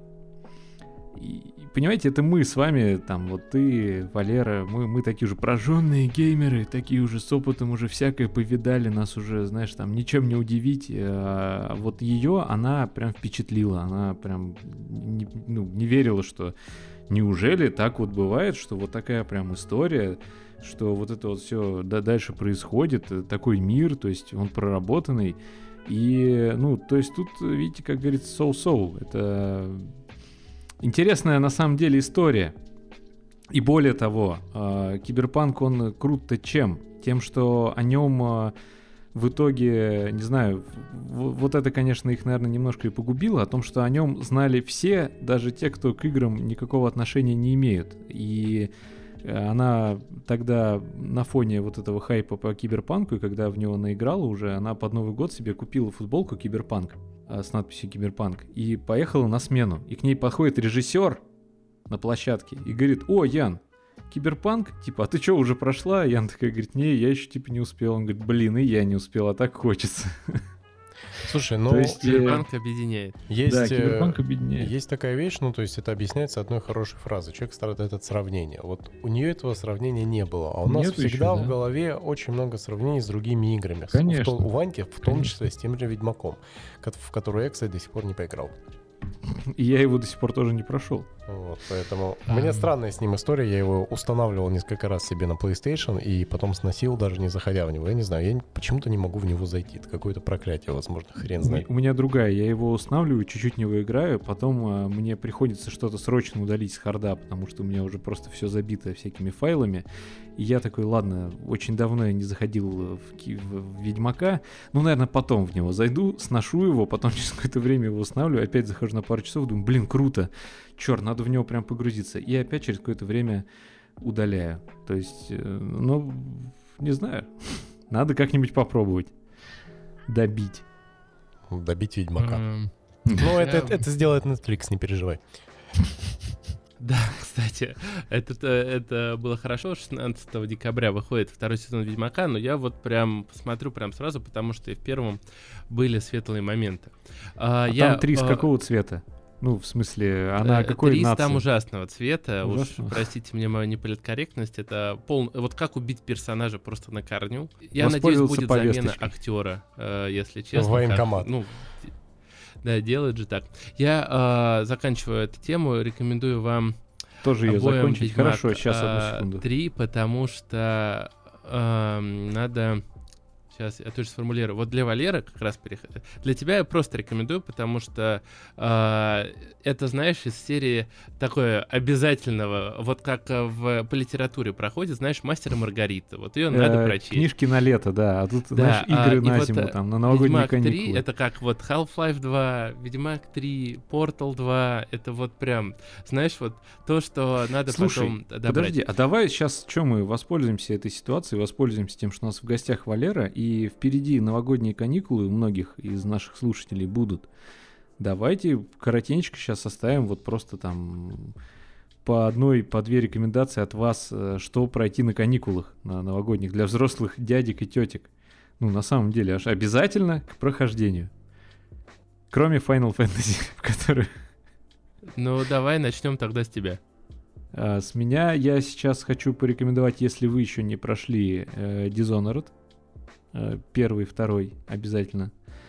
И, понимаете, это мы с вами, там, вот ты, Валера, мы, мы такие уже прожженные геймеры, такие уже с опытом уже всякое повидали, нас уже, знаешь, там, ничем не удивить. А вот ее она прям впечатлила, она прям не, ну, не верила, что... Неужели так вот бывает, что вот такая прям история, что вот это вот все дальше происходит, такой мир, то есть он проработанный, и, ну, то есть тут, видите, как говорится, соу-соу, это интересная на самом деле история, и более того, Киберпанк, он крут-то чем? Тем, что о нем... В итоге, не знаю, вот это, конечно, их, наверное, немножко и погубило, о том, что о нем знали все, даже те, кто к играм никакого отношения не имеют. И она тогда на фоне вот этого хайпа по Киберпанку, и когда в него наиграла уже, она под Новый год себе купила футболку Киберпанк с надписью Киберпанк и поехала на смену. И к ней подходит режиссер на площадке и говорит: «О, Ян, Киберпанк, типа, а ты что, уже прошла?» Ян такая говорит: «Не, я еще типа не успел». Он говорит: «Блин, и я не успел, а так хочется». Слушай, ну... То есть Киберпанк объединяет. Есть, да, Киберпанк объединяет. Есть такая вещь, ну, то есть это объясняется одной хорошей фразой. Человек страдает от сравнения. Вот у нее этого сравнения не было. А у нас Нету всегда еще, да? в голове очень много сравнений с другими играми. Конечно. В, у Ваньки, в том Конечно. числе с тем же Ведьмаком, в который я, кстати, до сих пор не поиграл. И я его до сих пор тоже не прошел. Вот, поэтому у меня странная с ним история. Я его устанавливал несколько раз себе на PlayStation и потом сносил, даже не заходя в него. Я не знаю, я почему-то не могу в него зайти. Это какое-то проклятие, возможно, хрен знает. У меня другая. Я его устанавливаю, чуть-чуть в него играю, потом а, мне приходится что-то срочно удалить с харда, потому что у меня уже просто все забито всякими файлами. И я такой, ладно, очень давно я не заходил в, в, в Ведьмака, ну, наверное, потом в него зайду, сношу его, потом через какое-то время его устанавливаю, опять захожу на пару часов, думаю, блин, круто, черт, надо в него прям погрузиться. И опять через какое-то время удаляю. То есть, ну, не знаю, надо как-нибудь попробовать добить. Добить Ведьмака. Ну, это, это, это сделает Netflix, не переживай. Да, кстати, это, это было хорошо, шестнадцатого декабря выходит второй сезон Ведьмака, но я вот прям посмотрю прям сразу, потому что и в первом были светлые моменты. А, а я, там Трис а... какого цвета? Ну, в смысле, она э, какой Трис нации? Там ужасного цвета, Ужасно? Уж простите мне мою неполиткорректность, это пол... вот как убить персонажа просто на корню. Я надеюсь, будет замена актера, э, если честно. Военкомат. Как, ну, да, делают же так. Я э, заканчиваю эту тему, рекомендую вам тоже ее закончить. Ведьмак, Хорошо, сейчас одну секунду. три, потому что э, надо... Сейчас я тоже сформулирую. Вот для Валеры как раз переход. Для тебя я просто рекомендую, потому что э, это, знаешь, из серии такое обязательного, вот как в, по литературе проходит, знаешь, «Мастер и Маргарита». Вот ее надо э, прочесть. Книжки на лето, да. А тут, да, знаешь, игры а, на вот, зиму, там, на новогодние каникулы. Ведьмак три — это как вот Half-Life два, Ведьмак три, Portal два. Это вот прям, знаешь, вот то, что надо Слушай, потом добрать. Подожди, а давай сейчас, что мы воспользуемся этой ситуацией, воспользуемся тем, что у нас в гостях Валера, и И впереди новогодние каникулы у многих из наших слушателей будут. Давайте коротенько сейчас составим вот просто там по одной, по две рекомендации от вас, что пройти на каникулах на новогодних для взрослых дядек и тетек. Ну, на самом деле, аж обязательно к прохождению. Кроме Final Fantasy, в которой... Ну, давай начнем тогда с тебя. А, с меня я сейчас хочу порекомендовать, если вы еще не прошли э, Dishonored. Первый, второй обязательно.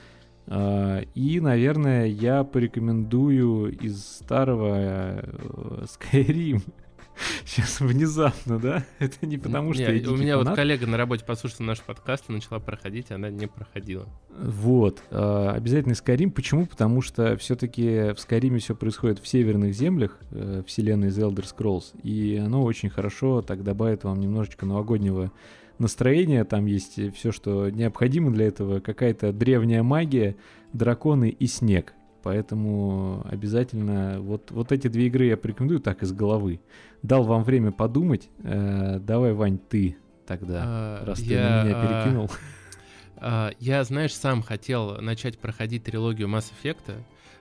И, наверное, я порекомендую из старого Skyrim. Сейчас внезапно, да? Это не потому, что не, я у меня фанат. Вот коллега на работе послушала наш подкаст и начала проходить, она не проходила. Вот. Обязательно Skyrim. Почему? Потому что все-таки в Skyrim все происходит в северных землях вселенной The Elder Scrolls, и оно очень хорошо так добавит вам немножечко новогоднего настроение, там есть все, что необходимо для этого, какая-то древняя магия, драконы и снег. Поэтому обязательно вот, вот эти две игры я порекомендую так из головы. Дал вам время подумать. Э, давай, Вань, ты тогда, а, раз я, ты на меня перекинул. А, я, знаешь, сам хотел начать проходить трилогию Mass Effect,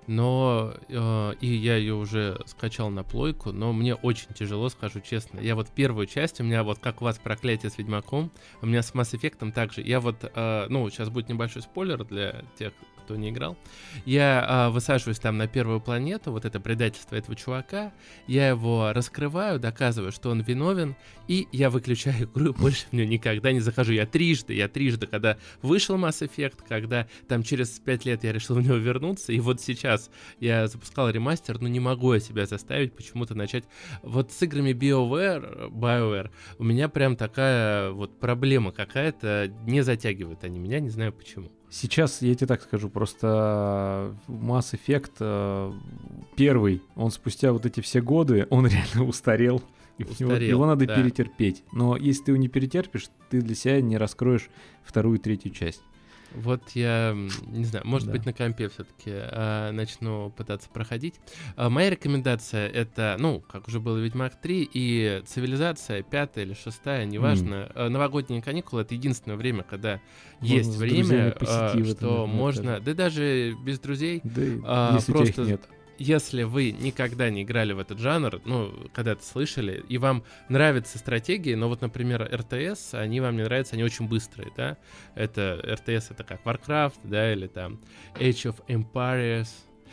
но э, и я ее уже скачал на плойку, но мне очень тяжело, скажу честно. Я вот первую часть, у меня вот как у вас проклятие с Ведьмаком, у меня с Mass Effect также. Я вот, э, ну, сейчас будет небольшой спойлер для тех, кто не играл. Я э, высаживаюсь там на первую планету, вот это предательство этого чувака, я его раскрываю, доказываю, что он виновен, и я выключаю игру, и больше в нее никогда не захожу. Я трижды, я трижды, когда вышел Mass Effect, когда там через пять лет я решил в него вернуться, и вот сейчас я запускал ремастер, но не могу я себя заставить почему-то начать. Вот с играми BioWare, BioWare у меня прям такая вот проблема какая-то, не затягивают они меня, не знаю почему. Сейчас я тебе так скажу, просто Mass Effect первый, он спустя вот эти все годы, он реально устарел. Устарел, его, его надо да. перетерпеть. Но если ты его не перетерпишь, ты для себя не раскроешь вторую и третью часть. Вот я, не знаю, может да. быть, на компе все-таки э, начну пытаться проходить. Э, моя рекомендация — это, ну, как уже было Ведьмак три, и Цивилизация, пятая или шестая, неважно. Mm. Э, новогодние каникулы — это единственное время, когда можно есть время, э, что можно... Да даже без друзей. Да, э, если просто... у тебя их нет. Если вы никогда не играли в этот жанр, ну, когда-то слышали, и вам нравятся стратегии, но вот, например, эр тэ эс, они вам не нравятся, они очень быстрые, да? Это эр тэ эс — это как Warcraft, да, или там Age of Empires.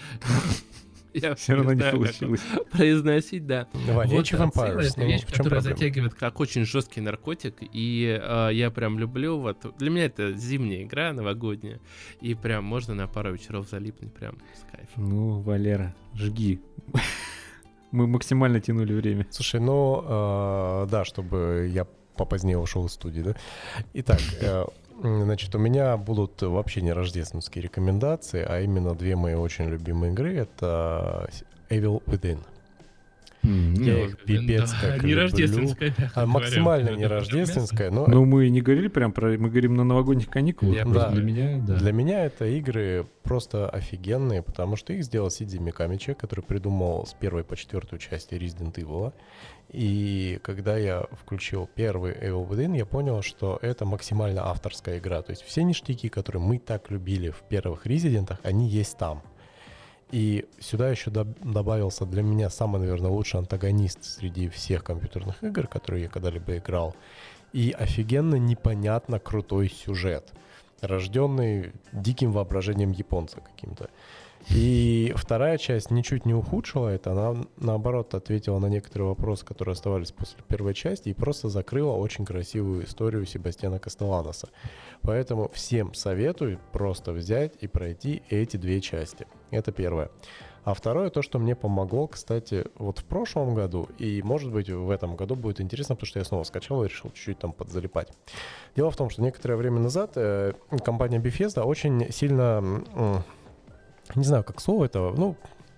Я все равно не получилось произносить, да. Давай, Age of Empires. Это вещь, которая затягивает как очень жесткий наркотик, и э, я прям люблю, вот, для меня это зимняя игра новогодняя, и прям можно на пару вечеров залипнуть прям с кайфом. Ну, Валера, жги. Мы максимально тянули время. Слушай, ну, э, да, чтобы я попозднее ушел из студии, да? Итак, э, значит, у меня будут вообще не рождественские рекомендации, а именно две мои очень любимые игры. Это Evil Within. Mm-hmm. Я их пипец да, как не люблю. рождественская, А, максимально не рождественская, но... Ну, мы не говорили прям про... Мы говорим на новогодних каникулах. Я Да. Для меня, да. Для меня это игры просто офигенные, потому что их сделал Сидзи Микамичи, который придумал с первой по четвертую части Resident Evil. И когда я включил первый Evil Within, я понял, что это максимально авторская игра. То есть все ништяки, которые мы так любили в первых Resident'ах, они есть там. И сюда еще доб- добавился для меня самый, наверное, лучший антагонист среди всех компьютерных игр, которые я когда-либо играл. И офигенно непонятно крутой сюжет, рожденный диким воображением японца каким-то. И вторая часть ничуть не ухудшила это, она наоборот ответила на некоторые вопросы, которые оставались после первой части, и просто закрыла очень красивую историю Себастьяна Кастеланоса. Поэтому всем советую просто взять и пройти эти две части. Это первое. А второе, то, что мне помогло, кстати, вот в прошлом году, и, может быть, в этом году будет интересно, потому что я снова скачал и решил чуть-чуть там подзалипать. Дело в том, что некоторое время назад э, компания Bethesda очень сильно... Э, не знаю, как слово это, ну,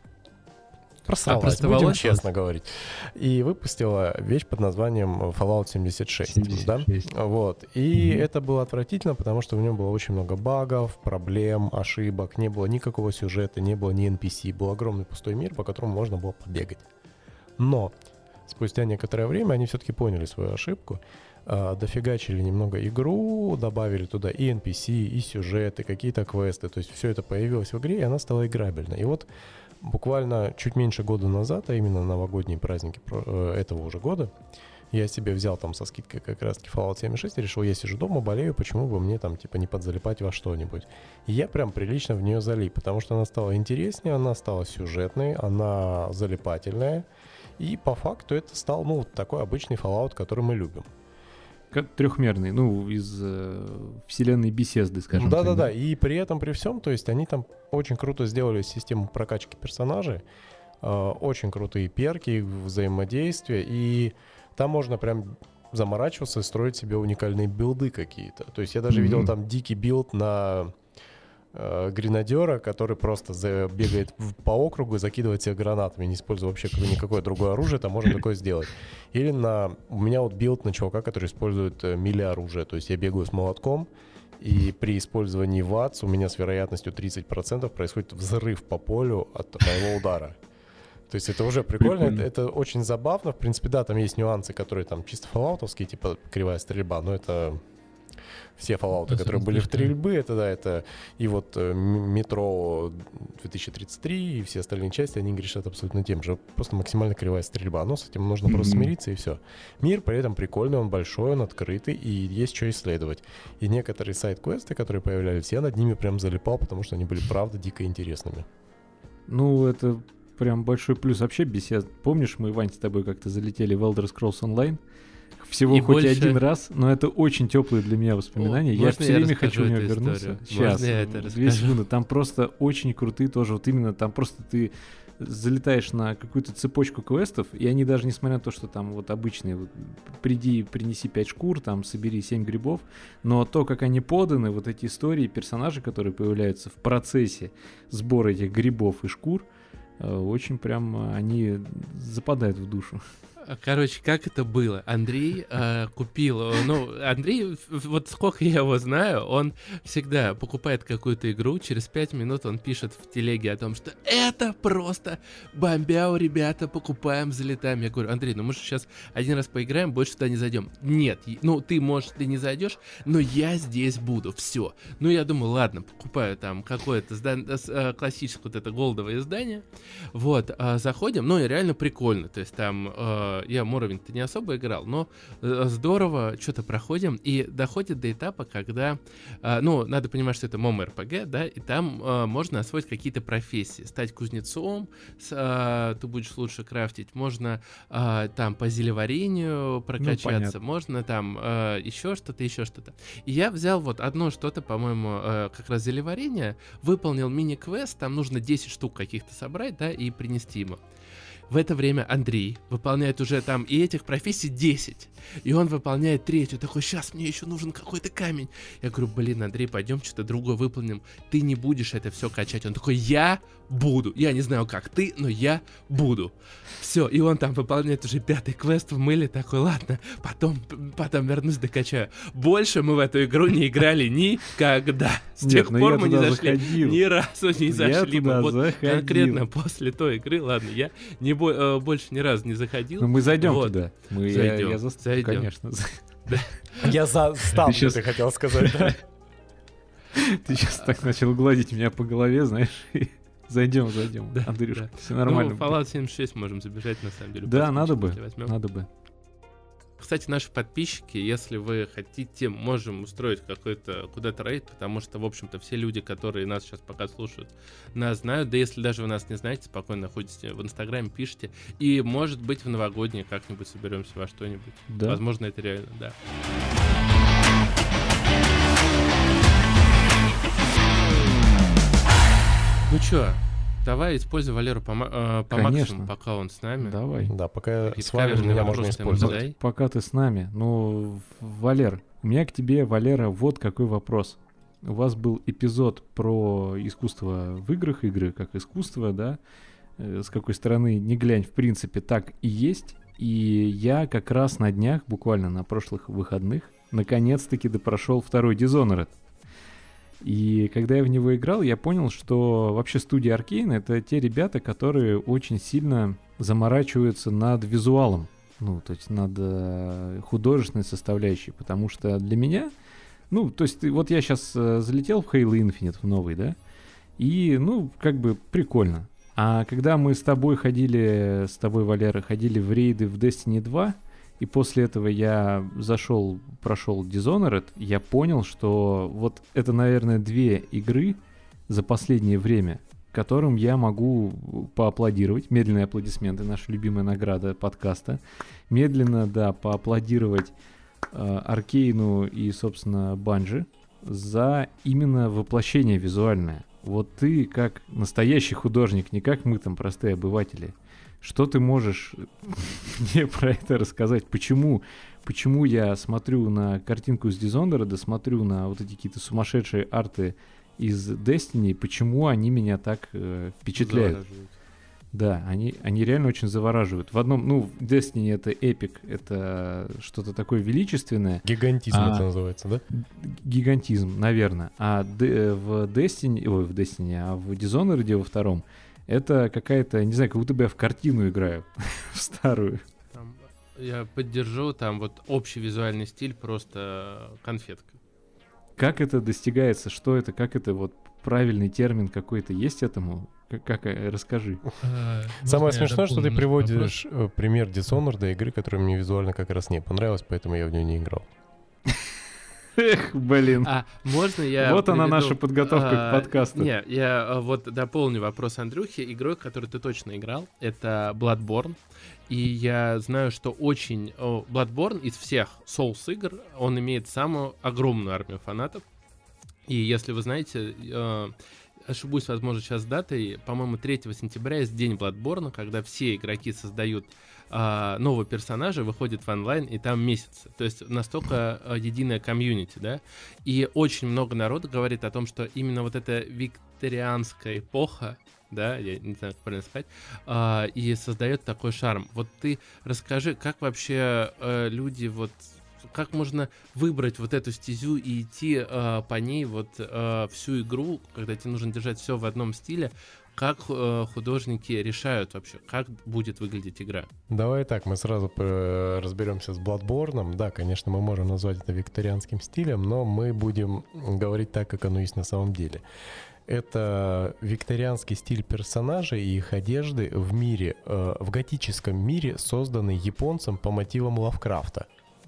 просралась, а, будем честно говорить. И выпустила вещь под названием Fallout семьдесят шесть. семьдесят шесть. Да? Вот. И mm-hmm. это было отвратительно, потому что в нем было очень много багов, проблем, ошибок, не было никакого сюжета, не было ни эн пи си, был огромный пустой мир, по которому можно было побегать. Но спустя некоторое время они все-таки поняли свою ошибку, дофигачили немного игру, добавили туда и эн пи си, и сюжеты, какие-то квесты. То есть все это появилось в игре, и она стала играбельной. И вот буквально чуть меньше года назад, а именно новогодние праздники этого уже года, я себе взял там со скидкой как раз-таки Fallout семьдесят шесть и решил, я сижу дома, болею, почему бы мне там типа не подзалипать во что-нибудь. И я прям прилично в нее залип, потому что она стала интереснее, она стала сюжетной, она залипательная. И по факту это стал, ну, такой обычный Fallout, который мы любим. Как трехмерный, ну, из э, вселенной Bethesda, скажем так. Да-да-да, и при этом, при всем, то есть они там очень круто сделали систему прокачки персонажей, э, очень крутые перки, взаимодействия, и там можно прям заморачиваться и строить себе уникальные билды какие-то. То есть я даже mm-hmm. видел там дикий билд на э, гренадера, который просто за, бегает в, по округу и закидывает всех гранатами, не используя вообще никакое другое оружие, там можно такое сделать. Или на... У меня вот билд на чувака, который использует э, мили-оружие. То есть я бегаю с молотком, и при использовании ВАЦ у меня с вероятностью тридцать процентов происходит взрыв по полю от моего удара. То есть это уже прикольно, это, это очень забавно. В принципе, да, там есть нюансы, которые там чисто фоллаутовские, типа кривая стрельба, но это все фоллауты, которые были в стрельбы, это да, это и вот метро две тысячи тридцать три и все остальные части, они грешат абсолютно тем же. Просто максимально кривая стрельба, но с этим нужно mm-hmm. просто смириться и все. Мир при этом прикольный, он большой, он открытый, и есть что исследовать. И некоторые сайд-квесты, которые появлялись, я над ними прям залипал, потому что они были правда дико интересными. Ну, это... Прям большой плюс. Вообще, бесед. Помнишь, мы, Вань, с тобой как-то залетели в Elder Scrolls Online? Всего и хоть больше... один раз, но это очень теплые для меня воспоминания. О, я все я время хочу в нее вернуться. Сейчас, две секунды. Там просто очень крутые тоже. Вот именно там просто ты залетаешь на какую-то цепочку квестов, и они даже, несмотря на то, что там вот обычные, вот, приди, принеси пять шкур, там, собери семь грибов, но то, как они поданы, вот эти истории, персонажи, которые появляются в процессе сбора этих грибов и шкур, очень прям они западают в душу. Короче, как это было? Андрей э, купил... Ну, Андрей, вот сколько я его знаю, он всегда покупает какую-то игру, через пять минут он пишет в телеге о том, что это просто бомбяу, ребята, покупаем, залетаем. Я говорю, Андрей, ну мы же сейчас один раз поиграем, больше туда не зайдем. Нет, ну ты, может, ты не зайдешь, но я здесь буду, все. Ну я думаю, ладно, покупаю там какое-то зда- классическое вот это голдовое издание, вот, э, заходим, ну и реально прикольно, то есть там... Э, я Моровинг-то не особо играл, но здорово что-то проходим и доходит до этапа, когда, ну, надо понимать, что это мом-эр-пэ-гэ, да, и там можно освоить какие-то профессии, стать кузнецом, ты будешь лучше крафтить, можно там по зелеварению прокачаться, ну, можно там еще что-то, еще что-то. И я взял вот одно что-то, по-моему, как раз зелеварение, выполнил мини-квест, там нужно десять штук каких-то собрать, да, и принести ему. В это время Андрей выполняет уже там и этих профессий десять. И он выполняет третью. Такой, сейчас мне еще нужен какой-то камень. Я говорю, блин, Андрей, пойдем что-то другое выполним. Ты не будешь это все качать. Он такой, я буду. Я не знаю, как ты, но я буду. Все, и он там выполняет уже пятый квест в мыле. Такой, ладно, потом, потом вернусь, докачаю. Больше мы в эту игру не играли никогда. С тех Нет, пор мы не зашли. Заходил. Ни разу не Я зашли. туда Вот заходил. конкретно после той игры, ладно, я не бо- э, больше ни разу не заходил. Ну мы зайдем Вот. туда. Мы, Зайдем, Я, я заст- зайдем. Конечно. Я за стал, Ты щас- ты хотел сказать, да? Ты сейчас так начал гладить меня по голове, знаешь, и зайдем, зайдем. Да, Андрюшка, да. все нормально. Ну, Fallout семьдесят шесть можем забежать, на самом деле. Да, послушать, надо бы, если возьмем. надо бы. Кстати, наши подписчики, если вы хотите, можем устроить какой-то куда-то рейд, потому что, в общем-то, все люди, которые нас сейчас пока слушают, нас знают. Да если даже вы нас не знаете, спокойно ходите в Инстаграме, пишите. И, может быть, в новогодние как-нибудь соберемся во что-нибудь. Да. Возможно, это реально, да. Ну чё, давай используй Валеру по, ма- э, по Конечно. максимуму, пока он с нами. Давай. Да, пока Какие-то с вами каверзные меня можно вопросы ему использовать. задай. Пока ты с нами. Ну, Валер, у меня к тебе, Валера, вот какой вопрос. У вас был эпизод про искусство в играх, игры как искусство, да? Э, С какой стороны не глянь, в принципе, так и есть. И я как раз на днях, буквально на прошлых выходных, наконец-таки допрошел второй Dishonored. И когда я в него играл, я понял, что вообще студия Arkane — это те ребята, которые очень сильно заморачиваются над визуалом. Ну, то есть над э, художественной составляющей. Потому что для меня... Ну, то есть вот я сейчас э, залетел в Halo Infinite, в новый, да? И, ну, как бы прикольно. А когда мы с тобой ходили, с тобой, Валера, ходили в рейды в Destiny два, и после этого я зашел, прошел Dishonored, я понял, что вот это, наверное, две игры за последнее время, которым я могу поаплодировать. Медленные аплодисменты, наша любимая награда подкаста. Медленно, да, поаплодировать э, Аркейну и, собственно, Банжи за именно воплощение визуальное. Вот ты, как настоящий художник, не как мы там, простые обыватели, что ты можешь мне про это рассказать? Почему, почему я смотрю на картинку из Dishonored, смотрю на вот эти какие-то сумасшедшие арты из Destiny, почему они меня так э, впечатляют? Завораживает. Да, они, они реально очень завораживают. В одном, ну, Destiny — это эпик, это что-то такое величественное. Гигантизм А. это называется, да? Гигантизм, наверное. А Д- в Destiny, ой, в Destiny, а в Dishonored во втором, это какая-то, не знаю, как будто бы я в картину играю, в старую. Там, я поддержу, там вот общий визуальный стиль просто конфетка. Как это достигается? Что это? Как это? Вот правильный термин какой-то есть этому? Как, как э, расскажи. Самое смешное, что ты приводишь э, пример Dishonored, игры, которая мне визуально как раз не понравилась, поэтому я в нее не играл. Эх, блин. А можно я Вот она, приведу- наша подготовка а, к подкасту. Не, я а, вот дополню вопрос Андрюхи. Игрой, которую ты точно играл, это Bloodborne. И я знаю, что очень... о, Bloodborne из всех Souls игр, он имеет самую огромную армию фанатов. И если вы знаете... э, ошибусь, возможно, сейчас с датой. По-моему, третьего сентября есть день Bloodborne, когда все игроки создают а, нового персонажа, выходят в онлайн, и там месяцы. То есть настолько а, единая комьюнити, да. И очень много народу говорит о том, что именно вот эта викторианская эпоха, да, я не знаю, как правильно сказать, а, и создает такой шарм. Вот ты расскажи, как вообще а, люди вот... Как можно выбрать вот эту стезю и идти э, по ней вот э, всю игру, когда тебе нужно держать все в одном стиле? Как э, художники решают вообще, как будет выглядеть игра? Давай так, мы сразу э, разберемся с Bloodborne. Да, конечно, мы можем назвать это викторианским стилем, но мы будем говорить так, как оно есть на самом деле. Это викторианский стиль персонажей и их одежды в мире, э, в готическом мире, созданный японцем по мотивам Лавкрафта.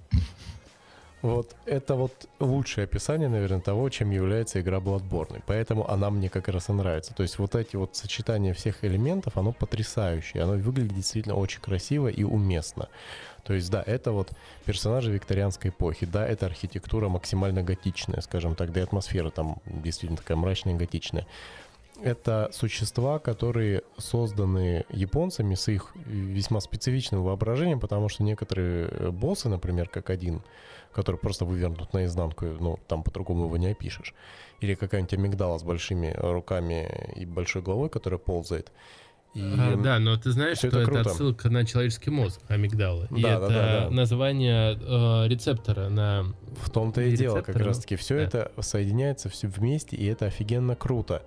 Вот это вот лучшее описание, наверное, того, чем является игра Bloodborne. Поэтому она мне как раз и нравится. То есть вот эти вот сочетания всех элементов, оно потрясающее. Оно выглядит действительно очень красиво и уместно. То есть да, это вот персонажи викторианской эпохи. Да, это архитектура максимально готичная, скажем так. Да и атмосфера там действительно такая мрачная и готичная. это существа, которые созданы японцами с их весьма специфичным воображением, потому что некоторые боссы, например, как один, который просто вывернут наизнанку, ну, там по-другому его не опишешь, или какая-нибудь амигдала с большими руками и большой головой, которая ползает. И а, да, но ты знаешь, что это, это это отсылка на человеческий мозг, амигдала. Да, и да, это да, да. название э, рецептора на... В том-то и дело, как раз-таки. Все да. это соединяется все вместе, и это офигенно круто.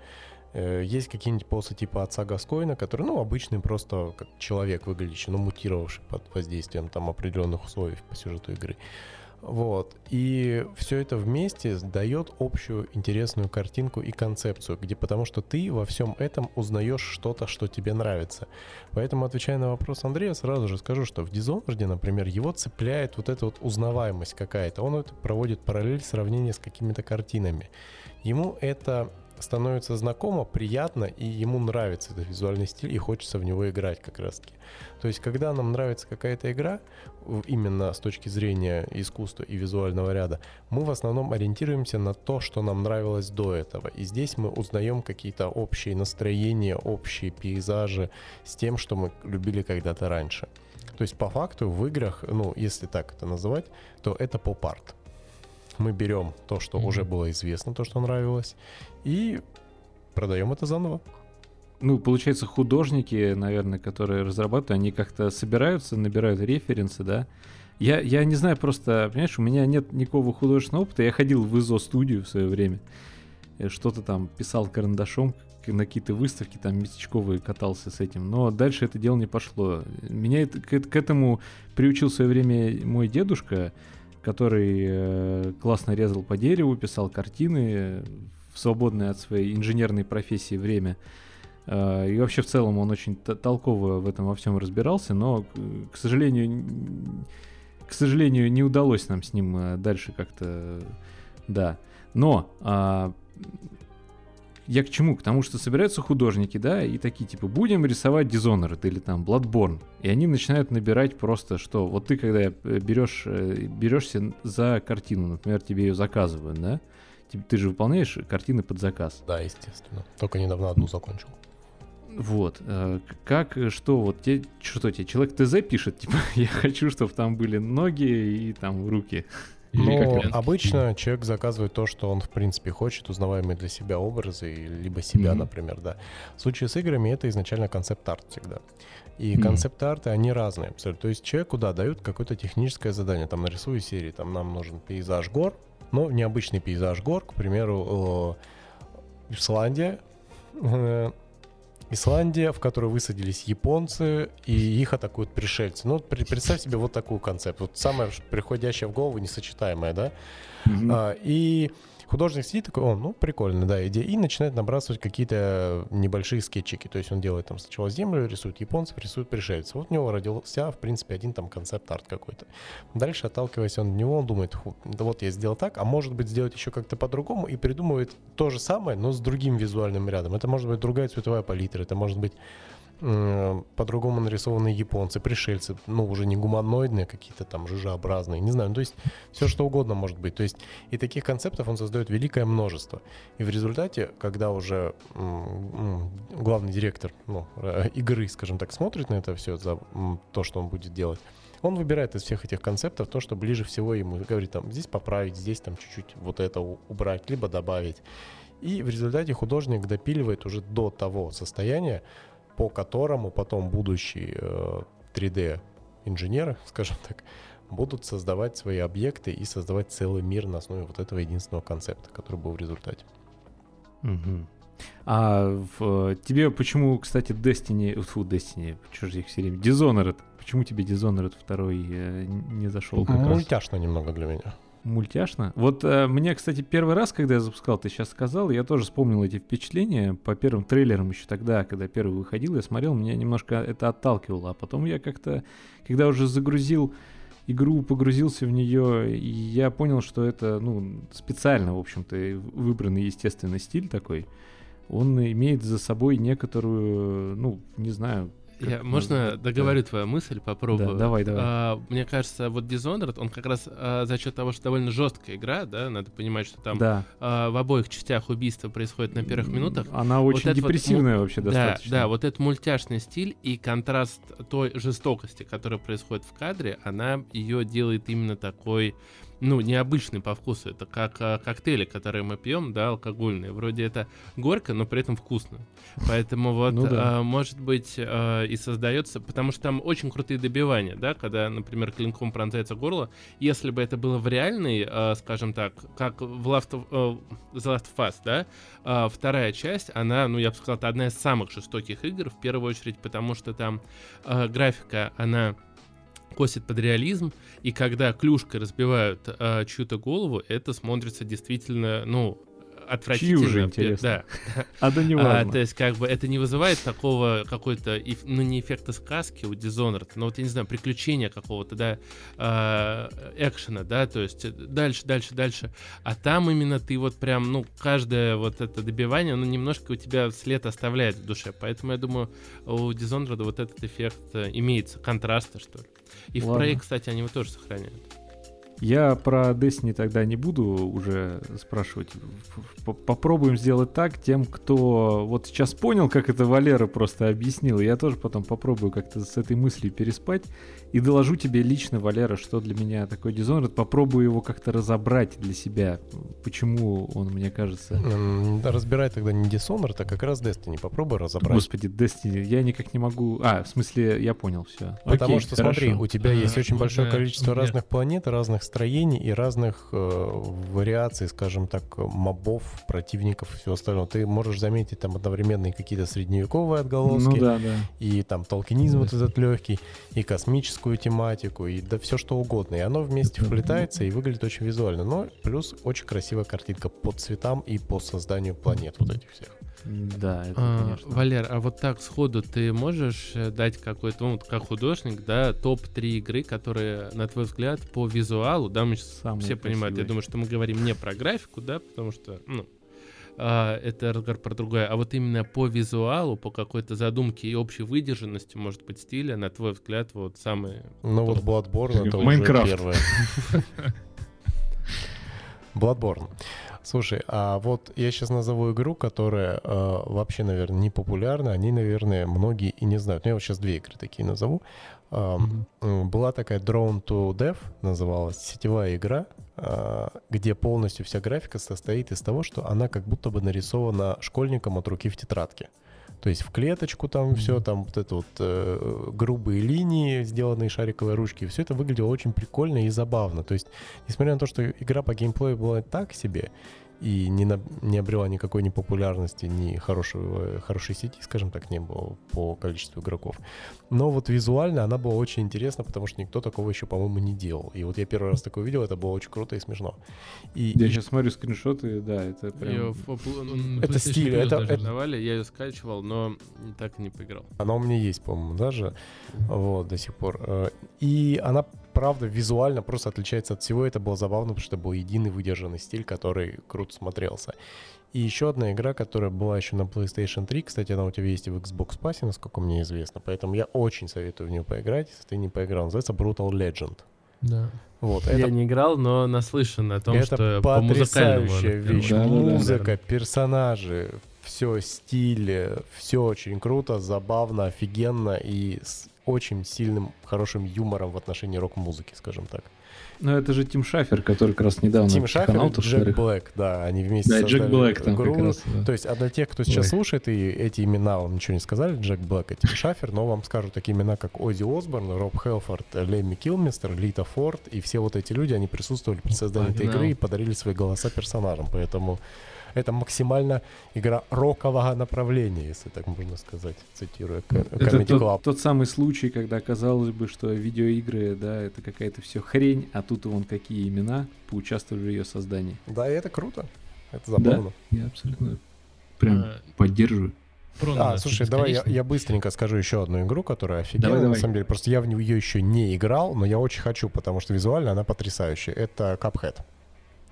Есть какие-нибудь боссы типа отца Гаскоина, который, ну, обычный просто как человек выглядящий, но мутировавший под воздействием там определенных условий по сюжету игры. Вот. И все это вместе дает общую интересную картинку и концепцию, где потому что ты во всем этом узнаешь что-то, что тебе нравится. Поэтому, отвечая на вопрос Андрея, сразу же скажу, что в Dishonored, например, его цепляет вот эта вот узнаваемость какая-то. Он это проводит параллель сравнения с какими-то картинами. Ему это становится знакомо, приятно, и ему нравится этот визуальный стиль, и хочется в него играть как раз-таки. То есть, когда нам нравится какая-то игра, именно с точки зрения искусства и визуального ряда, мы в основном ориентируемся на то, что нам нравилось до этого. И здесь мы узнаем какие-то общие настроения, общие пейзажи с тем, что мы любили когда-то раньше. То есть, по факту, в играх, ну, если так это называть, то это поп-арт. Мы берем то, что mm-hmm. уже было известно, то, что нравилось, и продаем это заново. Ну, получается, художники, наверное, которые разрабатывают, они как-то собираются, набирают референсы, да? Я, я не знаю, просто, понимаешь, у меня нет никакого художественного опыта. Я ходил в изо-студию в свое время, что-то там писал карандашом, на какие-то выставки там местечковые катался с этим, но дальше это дело не пошло. Меня это, к, к этому приучил в свое время мой дедушка, который э, классно резал по дереву, писал картины в свободное от своей инженерной профессии время. Э, и вообще в целом он очень т- толково в этом во всем разбирался, но, к сожалению, к сожалению, не удалось нам с ним э, дальше как-то, да. Но э, я к чему? К тому, что собираются художники, да, и такие, типа, будем рисовать Dishonored или там Bloodborne. И они начинают набирать просто, что вот ты, когда берешь, берешься за картину, например, тебе ее заказывают, да, ты, ты же выполняешь картины под заказ. Да, естественно. Только недавно одну закончил. Вот. Как, что, вот тебе, что тебе, человек ТЗ пишет, типа, я хочу, чтобы там были ноги и там руки. Но обычно человек заказывает то, что он в принципе хочет, узнаваемые для себя образы, либо себя, mm-hmm. например, да. В случае с играми это изначально концепт-арт всегда. И mm-hmm. концепт-арты, они разные абсолютно. То есть человеку, да, дают какое-то техническое задание, там, нарисуй серии, там, нам нужен пейзаж гор, но необычный пейзаж гор, к примеру, Исландия, Исландия, в которой высадились японцы, и их атакуют пришельцы. Ну, представь себе вот такую концепцию. Вот самое приходящее в голову, несочетаемое, да? Mm-hmm. А, и художник сидит такой, о, ну, прикольно, да, идея, и начинает набрасывать какие-то небольшие скетчики. То есть он делает там сначала землю, рисует японцев, рисует пришельцев. Вот у него родился, в принципе, один там концепт-арт какой-то. Дальше, отталкиваясь он от него, он думает, да вот я сделал так, а может быть сделать еще как-то по-другому, и придумывает то же самое, но с другим визуальным рядом. Это может быть другая цветовая палитра, это может быть по-другому нарисованные японцы, пришельцы, ну, уже не гуманоидные, какие-то там жижеобразные, не знаю, ну, то есть все что угодно может быть. То есть и таких концептов он создает великое множество. И в результате, когда уже м- м- главный директор ну, игры, скажем так, смотрит на это все, за м- то, что он будет делать, он выбирает из всех этих концептов то, что ближе всего ему. Говорит, там, здесь поправить, здесь там чуть-чуть вот это убрать, либо добавить. И в результате художник допиливает уже до того состояния, по которому потом будущие э, три дэ-инженеры, скажем так, будут создавать свои объекты и создавать целый мир на основе вот этого единственного концепта, который был в результате. Угу. А в, тебе почему, кстати, Destiny, фу, Destiny, что же их все время, Dishonored, почему тебе Dishonored второй э, не зашел? Мультяшно немного для меня. Мультяшно. Вот э, мне, кстати, первый раз, когда я запускал, ты сейчас сказал, я тоже вспомнил эти впечатления по первым трейлерам еще тогда, когда первый выходил, я смотрел, меня немножко это отталкивало, а потом я как-то, когда уже загрузил игру, погрузился в нее, и я понял, что это, ну, специально, в общем-то, выбранный естественный стиль такой, он имеет за собой некоторую, ну, не знаю, Я, можно договорю да. твою мысль, попробую? Да, давай, давай. А, мне кажется, вот Dishonored, он как раз а, за счет того, что довольно жесткая игра, да, надо понимать, что там да. а, в обоих частях убийство происходит на первых минутах. Она очень вот депрессивная вот, вообще да, достаточно. Да, вот этот мультяшный стиль и контраст той жестокости, которая происходит в кадре, она ее делает именно такой... ну, необычный по вкусу. Это как а, коктейли, которые мы пьем, да, алкогольные. Вроде это горько, но при этом вкусно. Поэтому вот, ну, да. а, может быть, а, и создается... Потому что там очень крутые добивания, да, когда, например, клинком пронзается горло. Если бы это было в реальной, а, скажем так, как в Last of, uh, The Last of Us, да, а, вторая часть, она, ну, я бы сказал, это одна из самых жестоких игр, в первую очередь, потому что там а, графика, она... косит под реализм, и когда клюшкой разбивают а, чью-то голову, это смотрится действительно, ну, отвратительно. Чью же, интересно? Да. А да не важно. А, то есть, как бы, это не вызывает такого какой-то, ну, не эффекта сказки у Dishonored, но вот, я не знаю, приключения какого-то, да, а, экшена, да, то есть дальше, дальше, дальше. А там именно ты вот прям, ну, каждое вот это добивание, оно немножко у тебя след оставляет в душе. Поэтому, я думаю, у Dishonored вот этот эффект имеется, контраста, что ли. И Ладно. В проект, кстати, они его тоже сохраняют. Я про Destiny тогда не буду уже спрашивать. Попробуем сделать так, тем, кто вот сейчас понял, как это Валера просто объяснил. Я тоже потом попробую как-то с этой мыслью переспать. И доложу тебе лично, Валера, что для меня такой Dishonored. Попробую его как-то разобрать для себя. Почему он, мне кажется... Да, разбирай тогда не Dishonored, а как раз Destiny. Попробуй разобрать. Господи, Destiny, я никак не могу... А, в смысле, я понял, все. Потому Окей, что, хорошо. смотри, у тебя есть а, очень ну, большое да, количество да. разных планет, разных строений и разных э, вариаций, скажем так, мобов, противников и всего остального. Ты можешь заметить там одновременно и какие-то средневековые отголоски, ну, да, да. и там толкинизм вот этот легкий, и космическую тематику, и да все что угодно. И оно вместе вплетается и выглядит очень визуально. Но плюс очень красивая картинка по цветам и по созданию планет вот этих всех. Да, это, а, конечно. Валер, а вот так сходу ты можешь дать какой-то, ну, как художник, да, топ три игры, которые, на твой взгляд, по визуалу, да, мы сейчас Самые все понимают, красивые. я думаю, что мы говорим не про графику, да, потому что, ну, а, это разговор про другое, а вот именно по визуалу, по какой-то задумке и общей выдержанности, может быть, стиля, на твой взгляд, вот самые... Ну вот Bloodborne это Майнкрафт. уже первое. Bloodborne. Слушай, а вот я сейчас назову игру, которая э, вообще, наверное, не популярна. Они, наверное, многие и не знают. Но я вот сейчас две игры такие назову. Э, mm-hmm. Была такая Drone to Death, называлась, сетевая игра, э, где полностью вся графика состоит из того, что она как будто бы нарисована школьником от руки в тетрадке. То есть в клеточку там mm-hmm. все, там вот это вот э, грубые линии, сделанные шариковой ручкой, все это выглядело очень прикольно и забавно. То есть, несмотря на то, что игра по геймплею была так себе и не, на, не обрела никакой ни популярности, ни хорошего, хорошей сети, скажем так, не было по количеству игроков. Но вот визуально она была очень интересна, потому что никто такого еще, по-моему, не делал. И вот я первый раз такое увидел, это было очень круто и смешно. И, я и... сейчас смотрю скриншоты, да, это прям... Её в, это стиль, это, это... Давали, я ее скачивал, но так и не поиграл. Она у меня есть, по-моему, даже, вот, до сих пор. И она, правда, визуально просто отличается от всего. Это было забавно, потому что это был единый выдержанный стиль, который круто смотрелся. И еще одна игра, которая была еще на PlayStation три, кстати, она у тебя есть и в Xbox Pass, насколько мне известно, поэтому я очень советую в нее поиграть, если ты не поиграл. Называется Brutal Legend. Да. Вот, я это... не играл, но наслышан о том, это что по музыкальному... потрясающая вещь. Да, Музыка, да, да. персонажи, все, стиль, все очень круто, забавно, офигенно и с очень сильным, хорошим юмором в отношении рок-музыки, скажем так. Ну, это же Тим Шафер, который как раз недавно... Тим Шафер и Джек Блэк, да, они вместе да, создали Джек Блэк там игру. как раз, да. То есть, а для тех, кто сейчас Ой. слушает, и эти имена вам ничего не сказали, Джек Блэк и Тим Шафер, но вам скажут такие имена, как Оззи Осборн, Роб Хелфорд, Лемми Килмистер, Лита Форд, и все вот эти люди, они присутствовали при создании этой игры и подарили свои голоса персонажам, поэтому... Это максимально игра рокового направления, если так можно сказать, цитируя Comedy Это Club. тот, тот самый случай, когда казалось бы, что видеоигры, да, это какая-то все хрень, а тут вон какие имена поучаствовали в ее создании. Да, и это круто. Это забавно. Да, я абсолютно прям а, поддерживаю. А, слушай, давай я, я быстренько скажу еще одну игру, которая офигенная, давай, на давай. самом деле. Просто я в нее еще не играл, но я очень хочу, потому что визуально она потрясающая. Это Cuphead.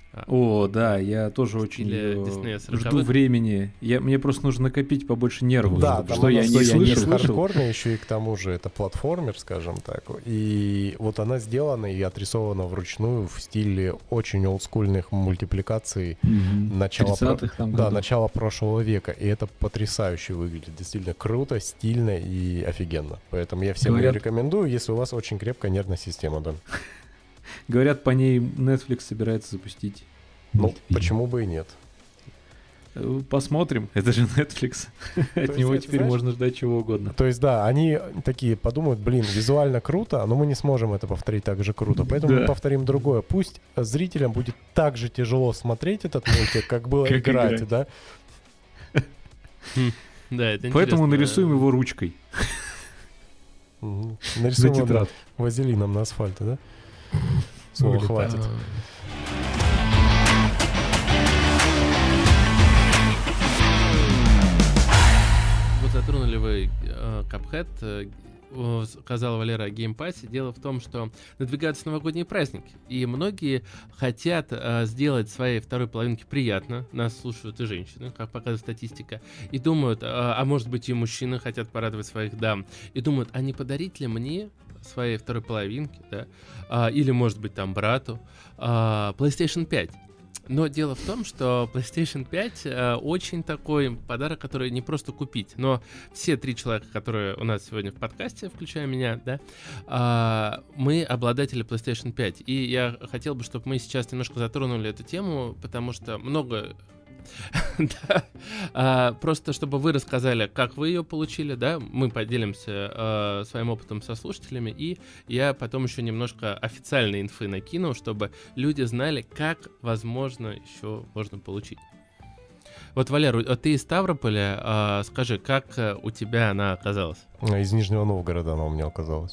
О, да, я тоже очень Диснея э, сороковых. жду времени. Я, мне просто нужно накопить побольше нервов, Да, чтобы- там что я она не, я не слышал, слышал. хардкорная, еще и к тому же это платформер, скажем так. И вот она сделана и отрисована вручную в стиле очень олдскульных мультипликаций Мгм. начала, про- тридцатых там да, годов. начала прошлого века. И это потрясающе выглядит. Действительно круто, стильно и офигенно. Поэтому я всем Говорят- рекомендую, если у вас очень крепкая нервная система. Да. Говорят, по ней Netflix собирается запустить. Ну, мультфильм. почему бы и нет? Э, Посмотрим, это же Netflix. От есть него это, теперь знаешь- можно ждать чего угодно. То есть, да, они такие подумают, блин, визуально круто, но мы не сможем это повторить так же круто. Поэтому Да. мы повторим другое. Пусть зрителям будет так же тяжело смотреть этот мультик, как было Как играть, играть. да? Да, это Поэтому интересно. нарисуем его ручкой Мгм. на Нарисуем его, да, тетрадь. вазелином на асфальте, да? Всё, Вылетает. хватит. Вот затронули вы э, Cuphead, э, о, сказала Валера о геймпассе. Дело в том, что надвигаются новогодние праздники, и многие хотят э, сделать своей второй половинке приятно. Нас слушают и женщины, как показывает статистика, и думают, э, а может быть и мужчины хотят порадовать своих дам, и думают, а не подарить ли мне своей второй половинке, да, а, или может быть там брату, а, PlayStation пять. Но дело в том, что PlayStation пять э, очень такой подарок, который не просто купить. Но все три человека, которые у нас сегодня в подкасте, включая меня, да, э, мы обладатели PlayStation пять. И я хотел бы, чтобы мы сейчас немножко затронули эту тему, потому что много... Да. А, просто чтобы вы рассказали, как вы ее получили, да, мы поделимся а, своим опытом со слушателями, и я потом еще немножко официальной инфы накину, чтобы люди знали, как, возможно, еще можно получить. Вот, Валер, а ты из Ставрополя, а, скажи, как а, у тебя она оказалась? Из Нижнего Новгорода она у меня оказалась.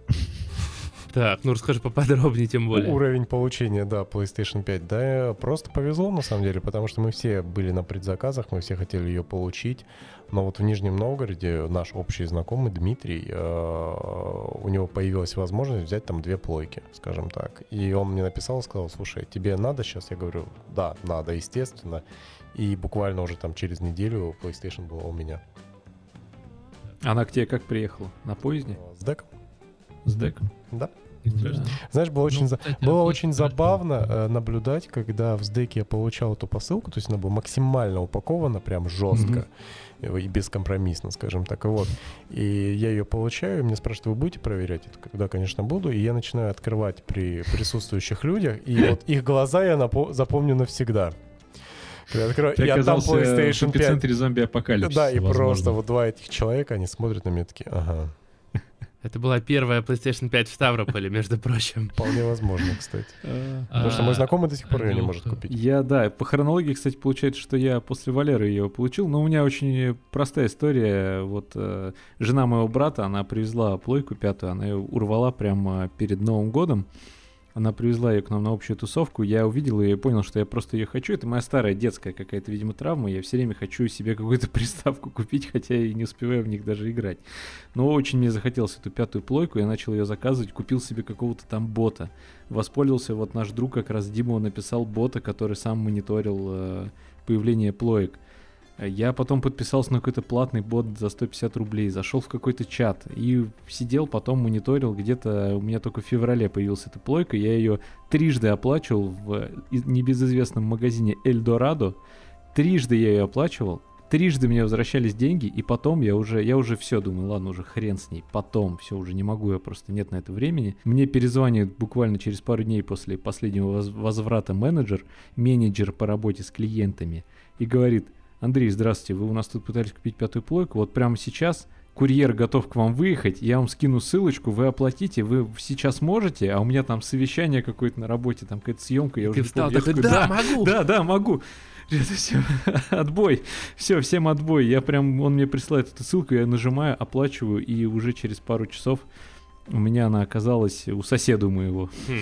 Так, ну расскажи поподробнее, тем более. Уровень получения, да, PlayStation пять. Да, просто повезло, на самом деле, потому что мы все были на предзаказах, мы все хотели ее получить. Но вот в Нижнем Новгороде наш общий знакомый Дмитрий, э, у него появилась возможность взять там две плойки, скажем так. И он мне написал, сказал, слушай, тебе надо сейчас? Я говорю, да, надо, естественно. И буквально уже там через неделю PlayStation была у меня. Она к тебе как приехала? На поезде? С деком. С деком? Да. Интересно. Знаешь, было очень, Ну, за- кстати, было отлично, очень забавно э, наблюдать, когда в сдеке я получал эту посылку, то есть она была максимально упакована, прям жестко и бескомпромиссно, скажем так. И вот. И я ее получаю, и мне спрашивают, вы будете проверять это? Да, конечно, буду. И я начинаю открывать при присутствующих людях, и вот их глаза я напо- запомню навсегда. Когда я открываю, Ты и а там оказался в PlayStation пять. эпицентре зомби-апокалипсиса. Да, и возможно. просто вот два этих человека, они смотрят на меня такие, ага. Это была первая PlayStation пять в Ставрополе, между прочим. Вполне возможно, кстати. А, Потому что мой знакомый до сих пор ее не может Андрюха. купить. Я, да, по хронологии, кстати, получается, что я после Валеры ее получил, но у меня очень простая история. Вот э, жена моего брата, она привезла плойку пятую, она ее урвала прямо перед Новым годом. Она привезла ее к нам на общую тусовку, я увидел ее и понял, что я просто ее хочу. Это моя старая детская какая-то, видимо, травма. Я все время хочу себе какую-то приставку купить, хотя и не успеваю в них даже играть. Но очень мне захотелось эту пятую плойку, я начал ее заказывать, купил себе какого-то там бота. Воспользовался, вот наш друг как раз Дима, он написал бота, который сам мониторил э, появление плоек. Я потом подписался на какой-то платный бот за сто пятьдесят рублей, зашел в какой-то чат и сидел, потом мониторил, где-то у меня только в феврале появилась эта плойка, я ее трижды оплачивал в небезызвестном магазине Эльдорадо, трижды я ее оплачивал, трижды мне возвращались деньги, и потом я уже, я уже все думаю, ладно, уже хрен с ней, потом, все, уже не могу, я просто нет на это времени. Мне перезванивает буквально через пару дней после последнего воз- возврата менеджер, менеджер по работе с клиентами, и говорит: Андрей, здравствуйте, вы у нас тут пытались купить пятую плойку, вот прямо сейчас курьер готов к вам выехать, я вам скину ссылочку, вы оплатите, вы сейчас можете, а у меня там совещание какое-то на работе, там какая-то съемка, я Ты уже встал помню. Я такой, такой, да, могу. Да, да, могу. Это все, отбой, все, всем отбой. Я прям, он мне присылает эту ссылку, я нажимаю, оплачиваю, и уже через пару часов у меня она оказалась у соседа моего. Хм.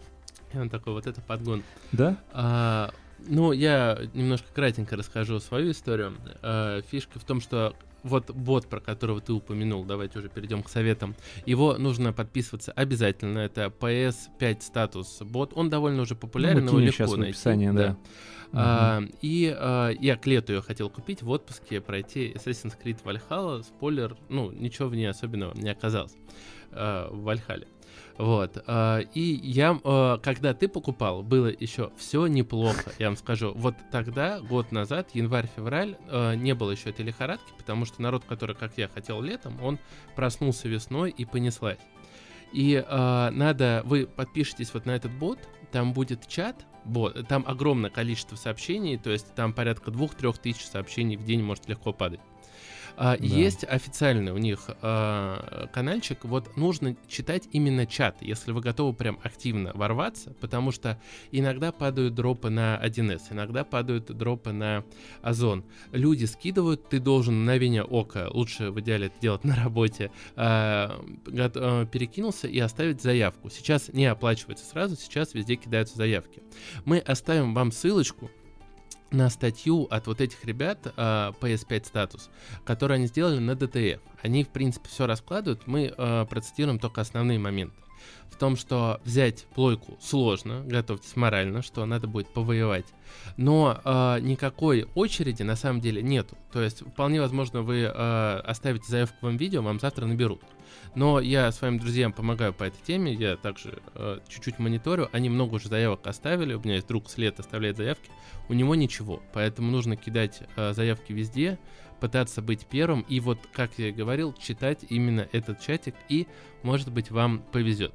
И он такой, вот это подгон. Да? А, ну, я немножко кратенько расскажу свою историю. А, фишка в том, что вот бот, про которого ты упомянул, давайте уже перейдем к советам. Его нужно подписываться обязательно. Это пи эс пять статус бот. Он довольно уже популярен, Ну, его легко сейчас в найти. описании, да. да. А, и а, я к лету ее хотел купить в отпуске, пройти Assassin's Creed Valhalla. Спойлер, ну, ничего в ней особенного не оказалось а, в Вальхалле. Вот. а, И я, а, когда ты покупал, было еще все неплохо, я вам скажу. Вот тогда, год назад, январь-февраль, а, не было еще этой лихорадки, потому что народ, который, как я, хотел летом, он проснулся весной и понеслась. И а, надо, вы подпишитесь вот на этот бот, там будет чат, бот, там огромное количество сообщений, то есть там порядка двух-трех тысяч сообщений в день может легко падать. А, Да. Есть официальный у них а, канальчик, вот нужно читать именно чат, если вы готовы прям активно ворваться, потому что иногда падают дропы на один эс, иногда падают дропы на Озон. Люди скидывают, ты должен на мгновение ока, лучше в идеале это делать на работе, а, гот- а, перекинулся и оставить заявку. Сейчас не оплачивается сразу, сейчас везде кидаются заявки. Мы оставим вам ссылочку на статью от вот этих ребят uh, пи эс пять статус, которую они сделали на ди ти эф. Они, в принципе, все раскладывают, мы uh, процитируем только основные моменты. В том, что взять плойку сложно, готовьтесь морально, что надо будет повоевать, но э, никакой очереди на самом деле нету. То есть вполне возможно вы э, оставите заявку в вам видео, вам завтра наберут. Но я своим друзьям помогаю по этой теме, я также э, чуть-чуть мониторю, они много уже заявок оставили, у меня есть друг След оставляет заявки, у него ничего, поэтому нужно кидать э, заявки везде, пытаться быть первым и вот, как я и говорил, читать именно этот чатик, и, может быть, вам повезет.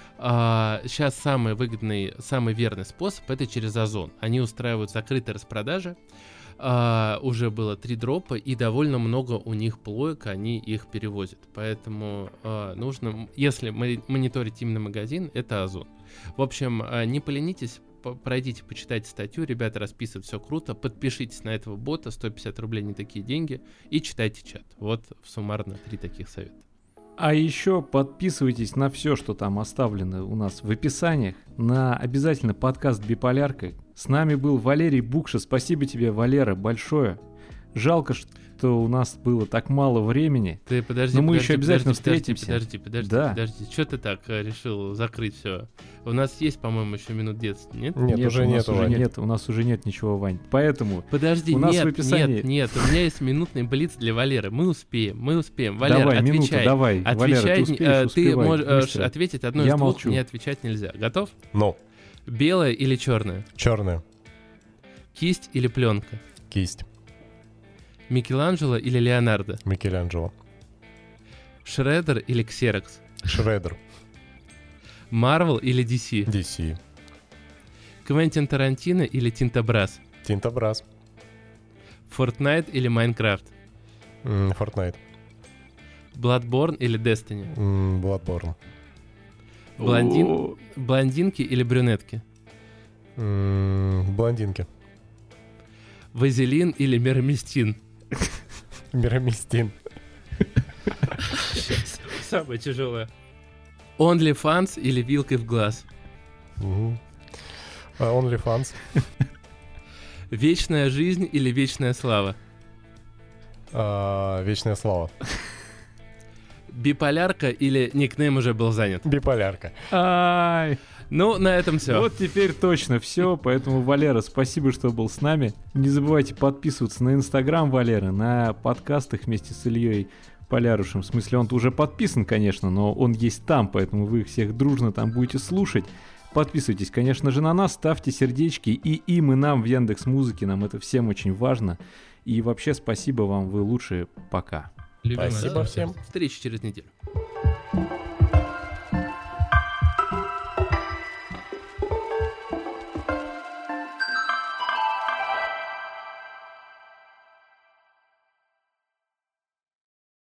Uh, сейчас самый выгодный, самый верный способ — это через Озон. Они устраивают закрытые распродажи. Uh, уже было три дропа, и довольно много у них плоек, они их перевозят. Поэтому uh, нужно, если мониторить именно магазин, это Озон. В общем, uh, не поленитесь, пройдите, почитайте статью, ребята расписывают все круто, подпишитесь на этого бота, сто пятьдесят рублей не такие деньги, и читайте чат. Вот суммарно три таких совета. А еще подписывайтесь на все, что там оставлено у нас в описаниях, на обязательно подкаст «Биполярка». С нами был Валерий Букша. Спасибо тебе, Валера, большое. Жалко, что у нас было так мало времени. Ты подожди, но мы подожди, еще обязательно подожди, встретимся. Подожди, подожди, Да. подожди. Что ты так э, решил закрыть все? У нас есть, по-моему, еще минут десять, нет? Нет, уже у нас нету, уже Вань. нет, у нас уже нет ничего, Вань. Поэтому Подожди, у нас нет, в описании... нет, нет, у меня есть минутный блиц для Валеры. Мы успеем, мы успеем. Валера, давай, отвечай. минуту, давай. Отвечай, Валера, ты успеешь, э, ты успевай, можешь быстро. ответить одно Я из двух, молчу. мне отвечать нельзя. Готов? Ну, Белое или черное? черная Кисть или пленка? кисть. Микеланджело или Леонардо? Микеланджело. Шредер или Ксерокс? Шредер. Марвел или ди си? ди си. Квентин Тарантино или Тинтобраз? Тинтобраз. Fortnite или Майнкрафт? М, Fortnite. Bloodborne или Destiny? М, Bloodborne. Блондин... О, Блондинки или брюнетки? М, Блондинки. Вазелин или Мермистин? Мирамистин. Самое тяжелое. OnlyFans или вилкой в глаз? Мгм. А, OnlyFans. Вечная жизнь или вечная слава? А, Вечная слава. Биполярка или никнейм уже был занят? Биполярка. ай. Ну, на этом все. Вот теперь точно все, поэтому, Валера, спасибо, что был с нами. Не забывайте подписываться на Инстаграм Валеры, на подкастах вместе с Ильей Полярушем. В смысле, он уже подписан, конечно, но он есть там, поэтому вы их всех дружно там будете слушать. Подписывайтесь, конечно же, на нас, ставьте сердечки и им, и нам в Яндекс.Музыке, нам это всем очень важно. И вообще спасибо вам, вы лучшие, пока. Любимая. Спасибо всем. Встречи через неделю.